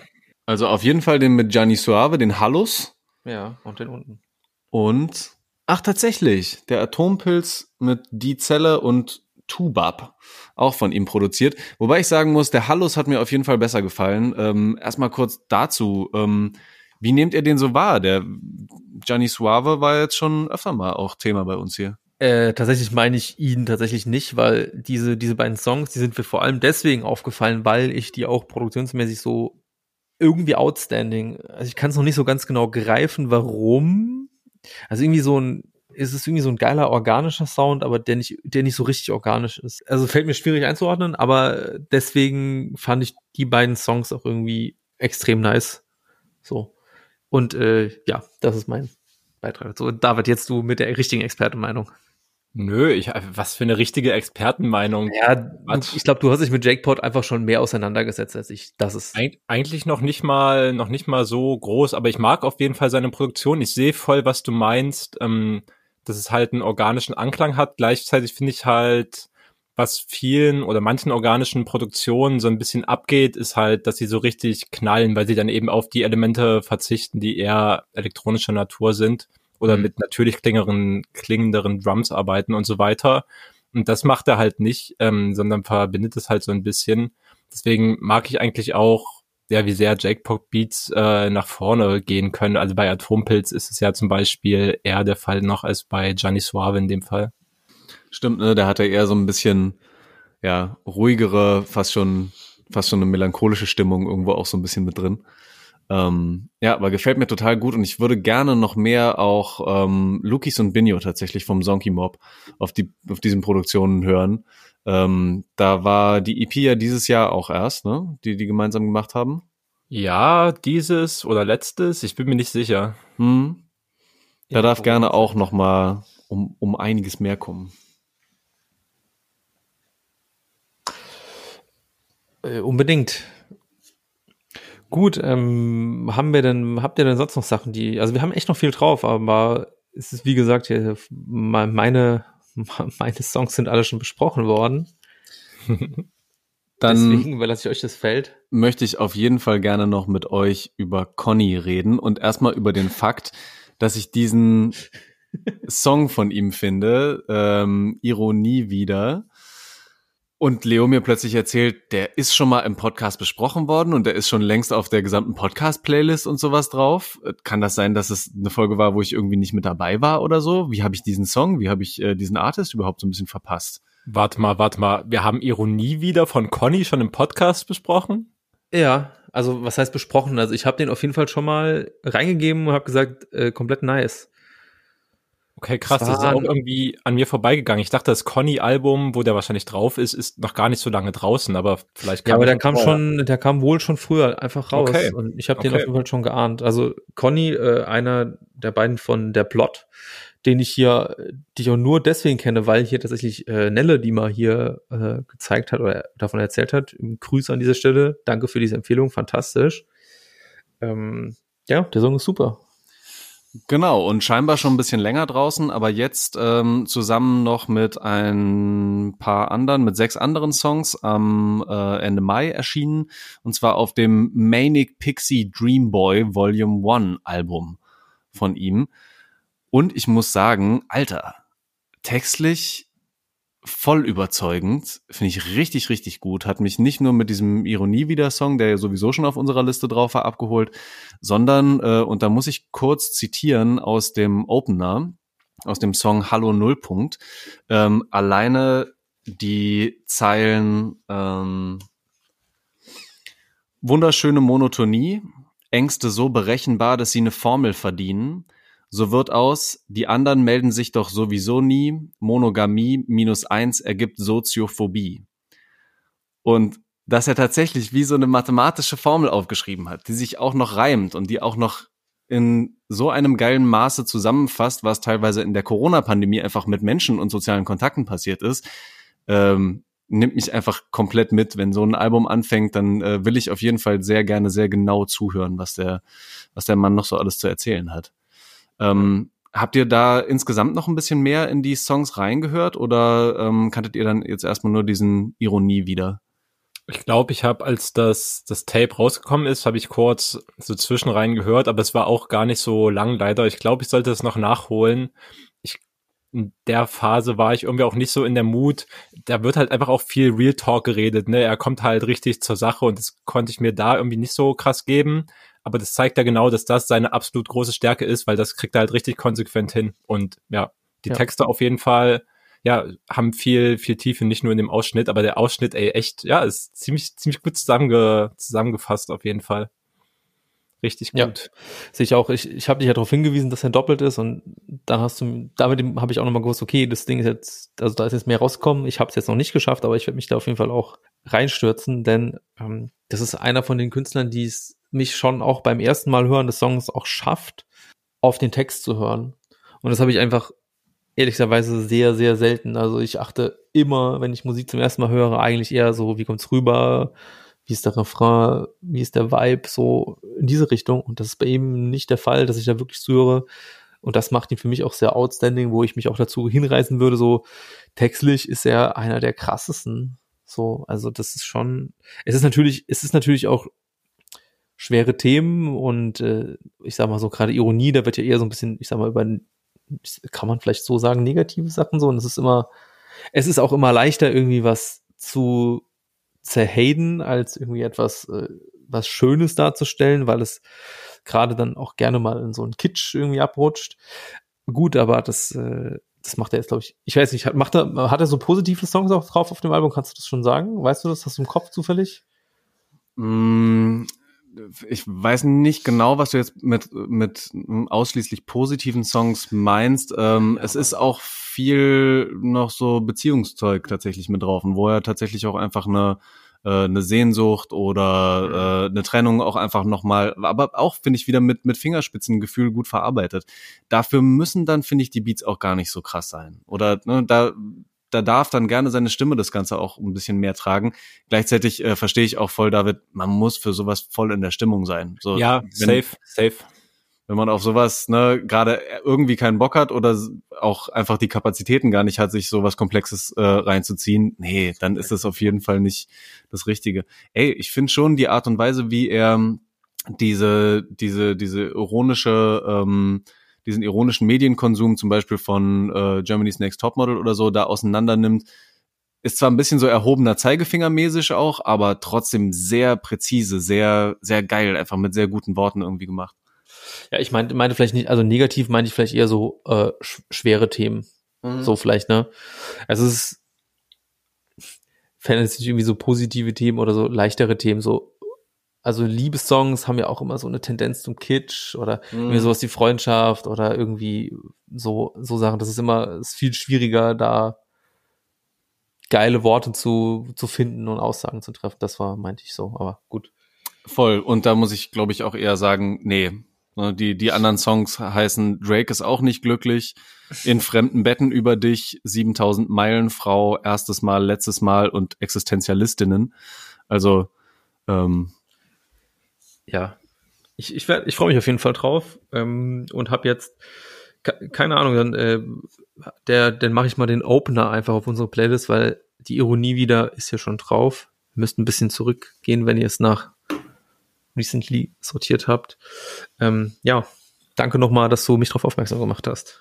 Also auf jeden Fall den mit Gianni Suave, den Hallus. Ja, und den unten. Und, ach tatsächlich, der Atompilz mit Die Zelle und Tubab, auch von ihm produziert. Wobei ich sagen muss, der Hallus hat mir auf jeden Fall besser gefallen. Erstmal kurz dazu, wie nehmt ihr den so wahr? Der Gianni Suave war jetzt schon öfter mal auch Thema bei uns hier. Tatsächlich meine ich ihn tatsächlich nicht, weil diese beiden Songs, die sind mir vor allem deswegen aufgefallen, weil ich die auch produktionsmäßig so irgendwie outstanding, also ich kann es noch nicht so ganz genau greifen, warum. Also irgendwie es ist irgendwie so ein geiler organischer Sound, aber der nicht so richtig organisch ist. Also fällt mir schwierig einzuordnen, aber deswegen fand ich die beiden Songs auch irgendwie extrem nice. So. Und ja, das ist mein Beitrag. So, David, jetzt du mit der richtigen Expertenmeinung. Nö, was für eine richtige Expertenmeinung. Ja, ich glaube, du hast dich mit Jake-Pot einfach schon mehr auseinandergesetzt als ich. Das ist Eigentlich noch nicht mal so groß, aber ich mag auf jeden Fall seine Produktion. Ich sehe voll, was du meinst, dass es halt einen organischen Anklang hat. Gleichzeitig finde ich halt, was vielen oder manchen organischen Produktionen so ein bisschen abgeht, ist halt, dass sie so richtig knallen, weil sie dann eben auf die Elemente verzichten, die eher elektronischer Natur sind oder mit natürlich klingenderen Drums arbeiten und so weiter. Und das macht er halt nicht, sondern verbindet es halt so ein bisschen. Deswegen mag ich eigentlich auch, ja, wie sehr Jake-Pop-Beats nach vorne gehen können. Also bei Atompilz ist es ja zum Beispiel eher der Fall noch als bei Gianni Suave in dem Fall. Stimmt, ne? Der hatte eher so ein bisschen, ja, ruhigere, fast schon eine melancholische Stimmung irgendwo auch so ein bisschen mit drin. Ja, aber gefällt mir total gut und ich würde gerne noch mehr auch Lukis und Binjo tatsächlich vom Zonky Mob auf diesen Produktionen hören. Da war die EP ja dieses Jahr auch erst, ne? Die gemeinsam gemacht haben. Ja, dieses oder letztes, ich bin mir nicht sicher. Da darf gerne auch noch mal um einiges mehr kommen. Unbedingt. Gut, habt ihr denn sonst noch Sachen, also wir haben echt noch viel drauf, aber es ist, wie gesagt, hier, meine Songs sind alle schon besprochen worden. Dann deswegen überlasse ich euch das Feld. Möchte ich auf jeden Fall gerne noch mit euch über Conny reden und erstmal über den Fakt, dass ich diesen Song von ihm finde, Ironie wieder. Und Leo mir plötzlich erzählt, der ist schon mal im Podcast besprochen worden und der ist schon längst auf der gesamten Podcast-Playlist und sowas drauf. Kann das sein, dass es eine Folge war, wo ich irgendwie nicht mit dabei war oder so? Wie habe ich diesen Song, wie habe ich diesen Artist überhaupt so ein bisschen verpasst? Warte mal. Wir haben Ironie wieder von Conny schon im Podcast besprochen? Ja, also was heißt besprochen? Also ich habe den auf jeden Fall schon mal reingegeben und habe gesagt, komplett nice. Okay, krass, das ist auch irgendwie an mir vorbeigegangen. Ich dachte, das Conny-Album, wo der wahrscheinlich drauf ist noch gar nicht so lange draußen, aber vielleicht ja, aber der kam wohl schon früher einfach raus. Okay. Und ich habe den auf jeden Fall schon geahnt. Also Conny, einer der beiden von Der Plot, die ich auch nur deswegen kenne, weil hier tatsächlich Nelle, die mal hier gezeigt hat oder davon erzählt hat. Grüße an dieser Stelle. Danke für diese Empfehlung, fantastisch. Ja, der Song ist super. Genau, und scheinbar schon ein bisschen länger draußen, aber jetzt zusammen noch mit ein paar anderen, mit 6 anderen Songs am Ende Mai erschienen, und zwar auf dem Manic Pixie Dream Boy Volume 1 Album von ihm. Und ich muss sagen, Alter, textlich voll überzeugend, finde ich richtig, richtig gut. Hat mich nicht nur mit diesem Ironie-Wieder-Song, der ja sowieso schon auf unserer Liste drauf war, abgeholt, sondern, und da muss ich kurz zitieren aus dem Opener, aus dem Song Hallo Nullpunkt, alleine die Zeilen wunderschöne Monotonie, Ängste so berechenbar, dass sie eine Formel verdienen. So wird aus, die anderen melden sich doch sowieso nie, Monogamie -1 ergibt Soziophobie. Und dass er tatsächlich wie so eine mathematische Formel aufgeschrieben hat, die sich auch noch reimt und die auch noch in so einem geilen Maße zusammenfasst, was teilweise in der Corona-Pandemie einfach mit Menschen und sozialen Kontakten passiert ist, nimmt mich einfach komplett mit. Wenn so ein Album anfängt, dann will ich auf jeden Fall sehr gerne, sehr genau zuhören, was der Mann noch so alles zu erzählen hat. Habt ihr da insgesamt noch ein bisschen mehr in die Songs reingehört oder kanntet ihr dann jetzt erstmal nur diesen Ironie wieder? Ich glaube, ich habe, als das Tape rausgekommen ist, habe ich kurz so zwischenrein gehört, aber es war auch gar nicht so lang leider. Ich glaube, ich sollte es noch nachholen. In der Phase war ich irgendwie auch nicht so in der Mut. Da wird halt einfach auch viel Real Talk geredet, ne? Er kommt halt richtig zur Sache und das konnte ich mir da irgendwie nicht so krass geben. Aber das zeigt ja genau, dass das seine absolut große Stärke ist, weil das kriegt er halt richtig konsequent hin. Und ja, die Texte auf jeden Fall, ja, haben viel Tiefe, nicht nur in dem Ausschnitt, aber der Ausschnitt, ey, echt, ja, ist ziemlich gut zusammengefasst auf jeden Fall. Richtig gut. Ja, sehe ich auch. Ich habe dich ja darauf hingewiesen, dass er doppelt ist und dann damit habe ich auch nochmal gewusst, okay, das Ding ist jetzt, also da ist jetzt mehr rausgekommen. Ich habe es jetzt noch nicht geschafft, aber ich werde mich da auf jeden Fall auch reinstürzen, denn das ist einer von den Künstlern, die es mich schon auch beim ersten Mal hören des Songs auch schafft, auf den Text zu hören. Und das habe ich einfach ehrlicherweise sehr, sehr selten. Also ich achte immer, wenn ich Musik zum ersten Mal höre, eigentlich eher so, wie kommt's rüber, wie ist der Refrain, wie ist der Vibe, so in diese Richtung. Und das ist bei ihm nicht der Fall, dass ich da wirklich zuhöre. Und das macht ihn für mich auch sehr outstanding, wo ich mich auch dazu hinreißen würde. So textlich ist er einer der krassesten. So, also das ist schon, es ist natürlich auch schwere Themen und ich sag mal so, gerade Ironie, da wird ja eher so ein bisschen, ich sag mal, kann man vielleicht so sagen, negative Sachen so. Und es ist auch immer leichter, irgendwie was zu zerhaten, als irgendwie etwas was Schönes darzustellen, weil es gerade dann auch gerne mal in so einen Kitsch irgendwie abrutscht. Gut, aber das macht er jetzt, glaube ich weiß nicht, hat er so positive Songs auch drauf auf dem Album? Kannst du das schon sagen? Weißt du das? Hast du im Kopf zufällig? Ich weiß nicht genau, was du jetzt mit ausschließlich positiven Songs meinst. Es ist auch viel noch so Beziehungszeug tatsächlich mit drauf, und wo er tatsächlich auch einfach eine Sehnsucht oder eine Trennung auch einfach nochmal, aber auch, finde ich, wieder mit Fingerspitzengefühl gut verarbeitet. Dafür müssen dann, finde ich, die Beats auch gar nicht so krass sein. Oder ne, da darf dann gerne seine Stimme das Ganze auch ein bisschen mehr tragen. Gleichzeitig verstehe ich auch voll, David, man muss für sowas voll in der Stimmung sein. So, ja, safe. Wenn man auf sowas gerade irgendwie keinen Bock hat oder auch einfach die Kapazitäten gar nicht hat, sich sowas Komplexes reinzuziehen, nee, dann ist das auf jeden Fall nicht das Richtige. Ey, ich finde schon die Art und Weise, wie er diese diesen ironischen Medienkonsum zum Beispiel von Germany's Next Topmodel oder so da auseinander nimmt, ist zwar ein bisschen so erhobener Zeigefinger mäßig auch, aber trotzdem sehr präzise, sehr, sehr geil, einfach mit sehr guten Worten irgendwie gemacht. Ja, ich meinte vielleicht nicht, also negativ meinte ich vielleicht eher so schwere Themen. So vielleicht, ne? Also es fände es nicht irgendwie so positive Themen oder so leichtere Themen, so. Also Liebessongs haben ja auch immer so eine Tendenz zum Kitsch oder irgendwie sowas wie Freundschaft oder irgendwie so Sachen. Das ist viel schwieriger, da geile Worte zu finden und Aussagen zu treffen. Das meinte ich so, aber gut. Voll. Und da muss ich, glaube ich, auch eher sagen, nee. Die anderen Songs heißen Drake ist auch nicht glücklich, in fremden Betten über dich, 7000 Meilen Frau, erstes Mal, letztes Mal und Existenzialistinnen. Also, ja, ich freue mich auf jeden Fall drauf und habe jetzt keine Ahnung, dann mache ich mal den Opener einfach auf unsere Playlist, weil die Ironie wieder ist ja schon drauf. Ihr müsst ein bisschen zurückgehen, wenn ihr es nach Recently sortiert habt. Ja, danke nochmal, dass du mich darauf aufmerksam gemacht hast.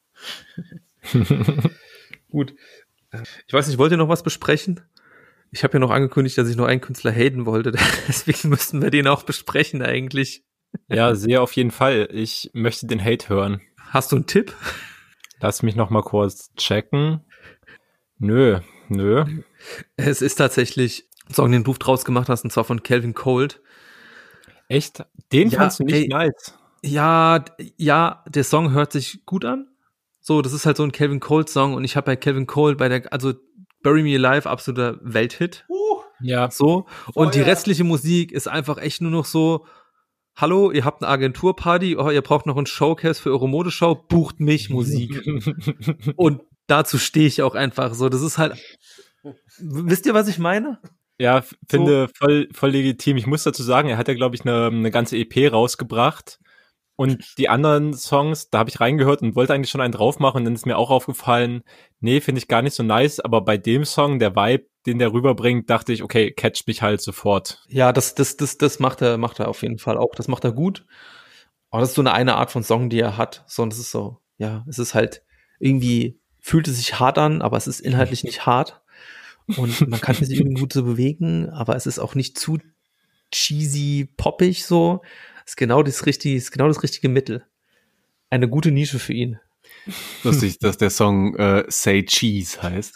Gut. Ich weiß nicht, wollt ihr noch was besprechen? Ich habe ja noch angekündigt, dass ich noch einen Künstler haten wollte. Deswegen müssten wir den auch besprechen eigentlich. Ja, sehr auf jeden Fall. Ich möchte den Hate hören. Hast du einen Tipp? Lass mich noch mal kurz checken. Nö. Es ist tatsächlich ein Song, den du draus gemacht hast, und zwar von Calvin Cold. Echt? Den fandst du nicht nice? Ja, der Song hört sich gut an. So, das ist halt so ein Calvin Cold Song und ich habe bei Calvin Cold also Bury Me Alive, absoluter Welthit. Ja. So. Und die restliche Musik ist einfach echt nur noch so, hallo, ihr habt eine Agenturparty, ihr braucht noch ein Showcase für eure Modeshow, bucht mich Musik. Und dazu stehe ich auch einfach so. Das ist halt, wisst ihr, was ich meine? Ja, finde voll legitim. Ich muss dazu sagen, er hat ja, glaube ich, eine ganze EP rausgebracht. Und die anderen Songs, da habe ich reingehört und wollte eigentlich schon einen drauf machen. Und dann ist mir auch aufgefallen, nee, finde ich gar nicht so nice. Aber bei dem Song, der Vibe den der rüberbringt, dachte ich, okay, catch mich halt sofort. Ja, das macht er auf jeden Fall auch. Das macht er gut. Aber das ist so eine Art von Song, die er hat. So, und es ist so, ja, es ist halt irgendwie, fühlt es sich hart an, aber es ist inhaltlich nicht hart. Und man kann sich irgendwie gut so bewegen, aber es ist auch nicht zu cheesy, poppig so. Ist genau das richtige Mittel. Eine gute Nische für ihn. Lustig, dass der Song Say Cheese heißt.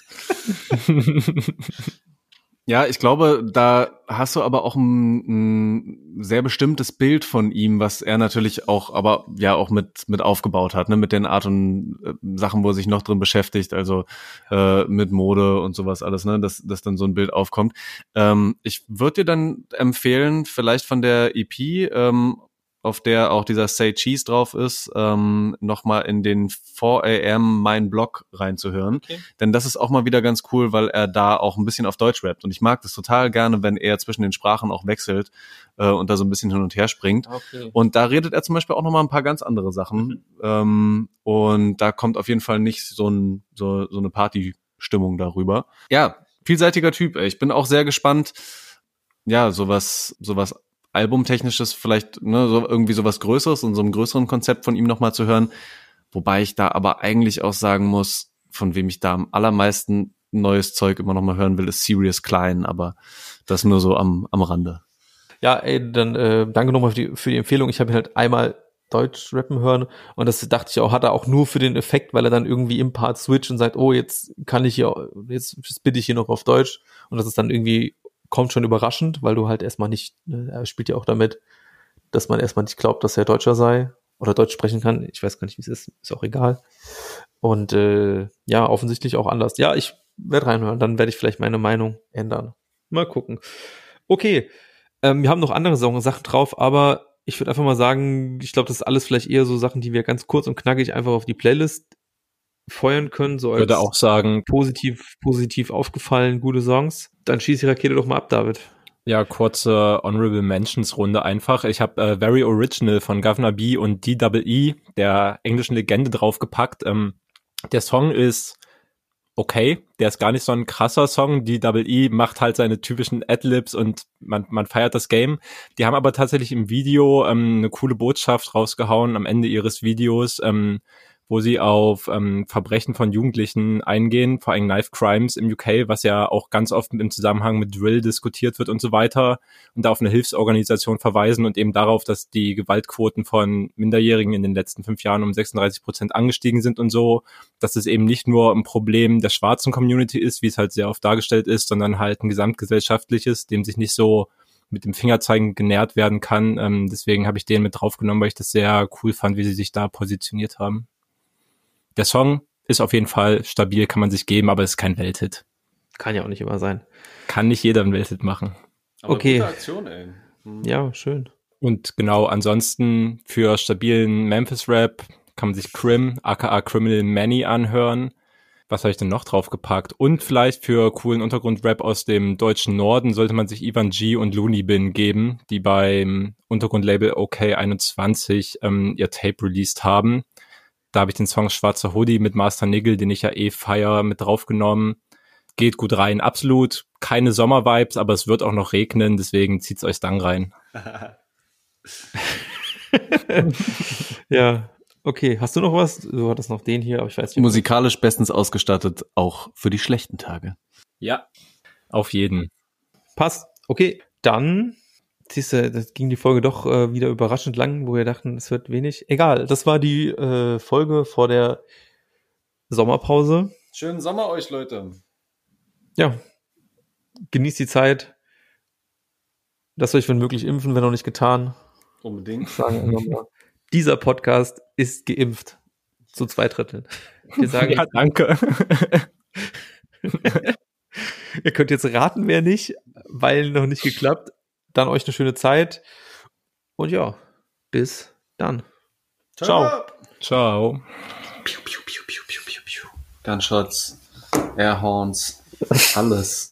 Ja, ich glaube, da hast du aber auch ein sehr bestimmtes Bild von ihm, was er natürlich auch, aber ja auch mit aufgebaut hat, ne, mit den Art und Sachen, wo er sich noch drin beschäftigt, also mit Mode und sowas alles, ne, dass dann so ein Bild aufkommt. Ich würde dir dann empfehlen, vielleicht von der EP, auf der auch dieser Say Cheese drauf ist, nochmal in den 4 AM mein Blog reinzuhören. Okay. Denn das ist auch mal wieder ganz cool, weil er da auch ein bisschen auf Deutsch rappt. Und ich mag das total gerne, wenn er zwischen den Sprachen auch wechselt und da so ein bisschen hin und her springt. Okay. Und da redet er zum Beispiel auch nochmal ein paar ganz andere Sachen. Und da kommt auf jeden Fall nicht so eine Partystimmung darüber. Ja, vielseitiger Typ. Ey. Ich bin auch sehr gespannt, ja, sowas Albumtechnisches vielleicht, ne, so irgendwie sowas Größeres und so einem größeren Konzept von ihm nochmal zu hören. Wobei ich da aber eigentlich auch sagen muss, von wem ich da am allermeisten neues Zeug immer nochmal hören will, ist Sirius Klein, aber das nur so am Rande. Ja, ey, dann danke nochmal für die Empfehlung. Ich habe ihn halt einmal Deutsch rappen hören und das dachte ich auch, hat er auch nur für den Effekt, weil er dann irgendwie im Part switcht und sagt, oh, jetzt bitte ich hier noch auf Deutsch und das ist dann irgendwie kommt schon überraschend, weil du halt erstmal nicht, er spielt ja auch damit, dass man erstmal nicht glaubt, dass er Deutscher sei oder Deutsch sprechen kann. Ich weiß gar nicht, wie es ist auch egal. Und ja, offensichtlich auch anders. Ja, ich werde reinhören, dann werde ich vielleicht meine Meinung ändern. Mal gucken. Okay, wir haben noch andere Sachen drauf, aber ich würde einfach mal sagen, ich glaube, das ist alles vielleicht eher so Sachen, die wir ganz kurz und knackig einfach auf die Playlist feuern können, so als würde auch sagen, positiv aufgefallen, gute Songs. Dann schieß die Rakete doch mal ab, David. Ja, kurze Honorable Mentions Runde einfach. Ich habe Very Original von Governor B und D.E.E., der englischen Legende, draufgepackt. Der Song ist okay, der ist gar nicht so ein krasser Song. D.E.E. macht halt seine typischen Adlibs und man feiert das Game. Die haben aber tatsächlich im Video eine coole Botschaft rausgehauen am Ende ihres Videos, wo sie auf Verbrechen von Jugendlichen eingehen, vor allem Knife Crimes im UK, was ja auch ganz oft im Zusammenhang mit Drill diskutiert wird und so weiter, und da auf eine Hilfsorganisation verweisen und eben darauf, dass die Gewaltquoten von Minderjährigen in den letzten 5 Jahren um 36% angestiegen sind und so, dass es eben nicht nur ein Problem der schwarzen Community ist, wie es halt sehr oft dargestellt ist, sondern halt ein gesamtgesellschaftliches, dem sich nicht so mit dem Fingerzeigen genährt werden kann. Deswegen habe ich den mit draufgenommen, weil ich das sehr cool fand, wie sie sich da positioniert haben. Der Song ist auf jeden Fall stabil, kann man sich geben, aber ist kein Welthit. Kann ja auch nicht immer sein. Kann nicht jeder einen Welthit machen. Aber okay. Gute Aktion, ey. Ja, schön. Und genau, ansonsten für stabilen Memphis-Rap kann man sich Crim, aka Criminal Manny, anhören. Was habe ich denn noch draufgepackt? Und vielleicht für coolen Untergrundrap aus dem deutschen Norden sollte man sich Ivan G. und Looney Bin geben, die beim Untergrundlabel OK21 ihr Tape released haben. Da habe ich den Song Schwarzer Hoodie mit Master Nigel, den ich ja feier, mit draufgenommen. Geht gut rein, absolut. Keine Sommervibes, aber es wird auch noch regnen, deswegen zieht's euch dann rein. Ja, okay. Hast du noch was? Du hattest noch den hier, aber ich weiß nicht. Musikalisch bestens ausgestattet, auch für die schlechten Tage. Ja, auf jeden. Passt. Okay, dann siehst du, das ging die Folge doch wieder überraschend lang, wo wir dachten, es wird wenig. Egal, das war die Folge vor der Sommerpause. Schönen Sommer euch, Leute. Ja, genießt die Zeit. Lasst euch, wenn möglich, impfen, wenn noch nicht getan. Unbedingt. Sagen wir mal, dieser Podcast ist geimpft. Zu 2 Dritteln. Wir sagen, ja, danke. Ihr könnt jetzt raten, wer nicht, weil noch nicht geklappt. Dann euch eine schöne Zeit. Und ja, bis dann. Ciao. Ciao. Gunshots, Airhorns, alles.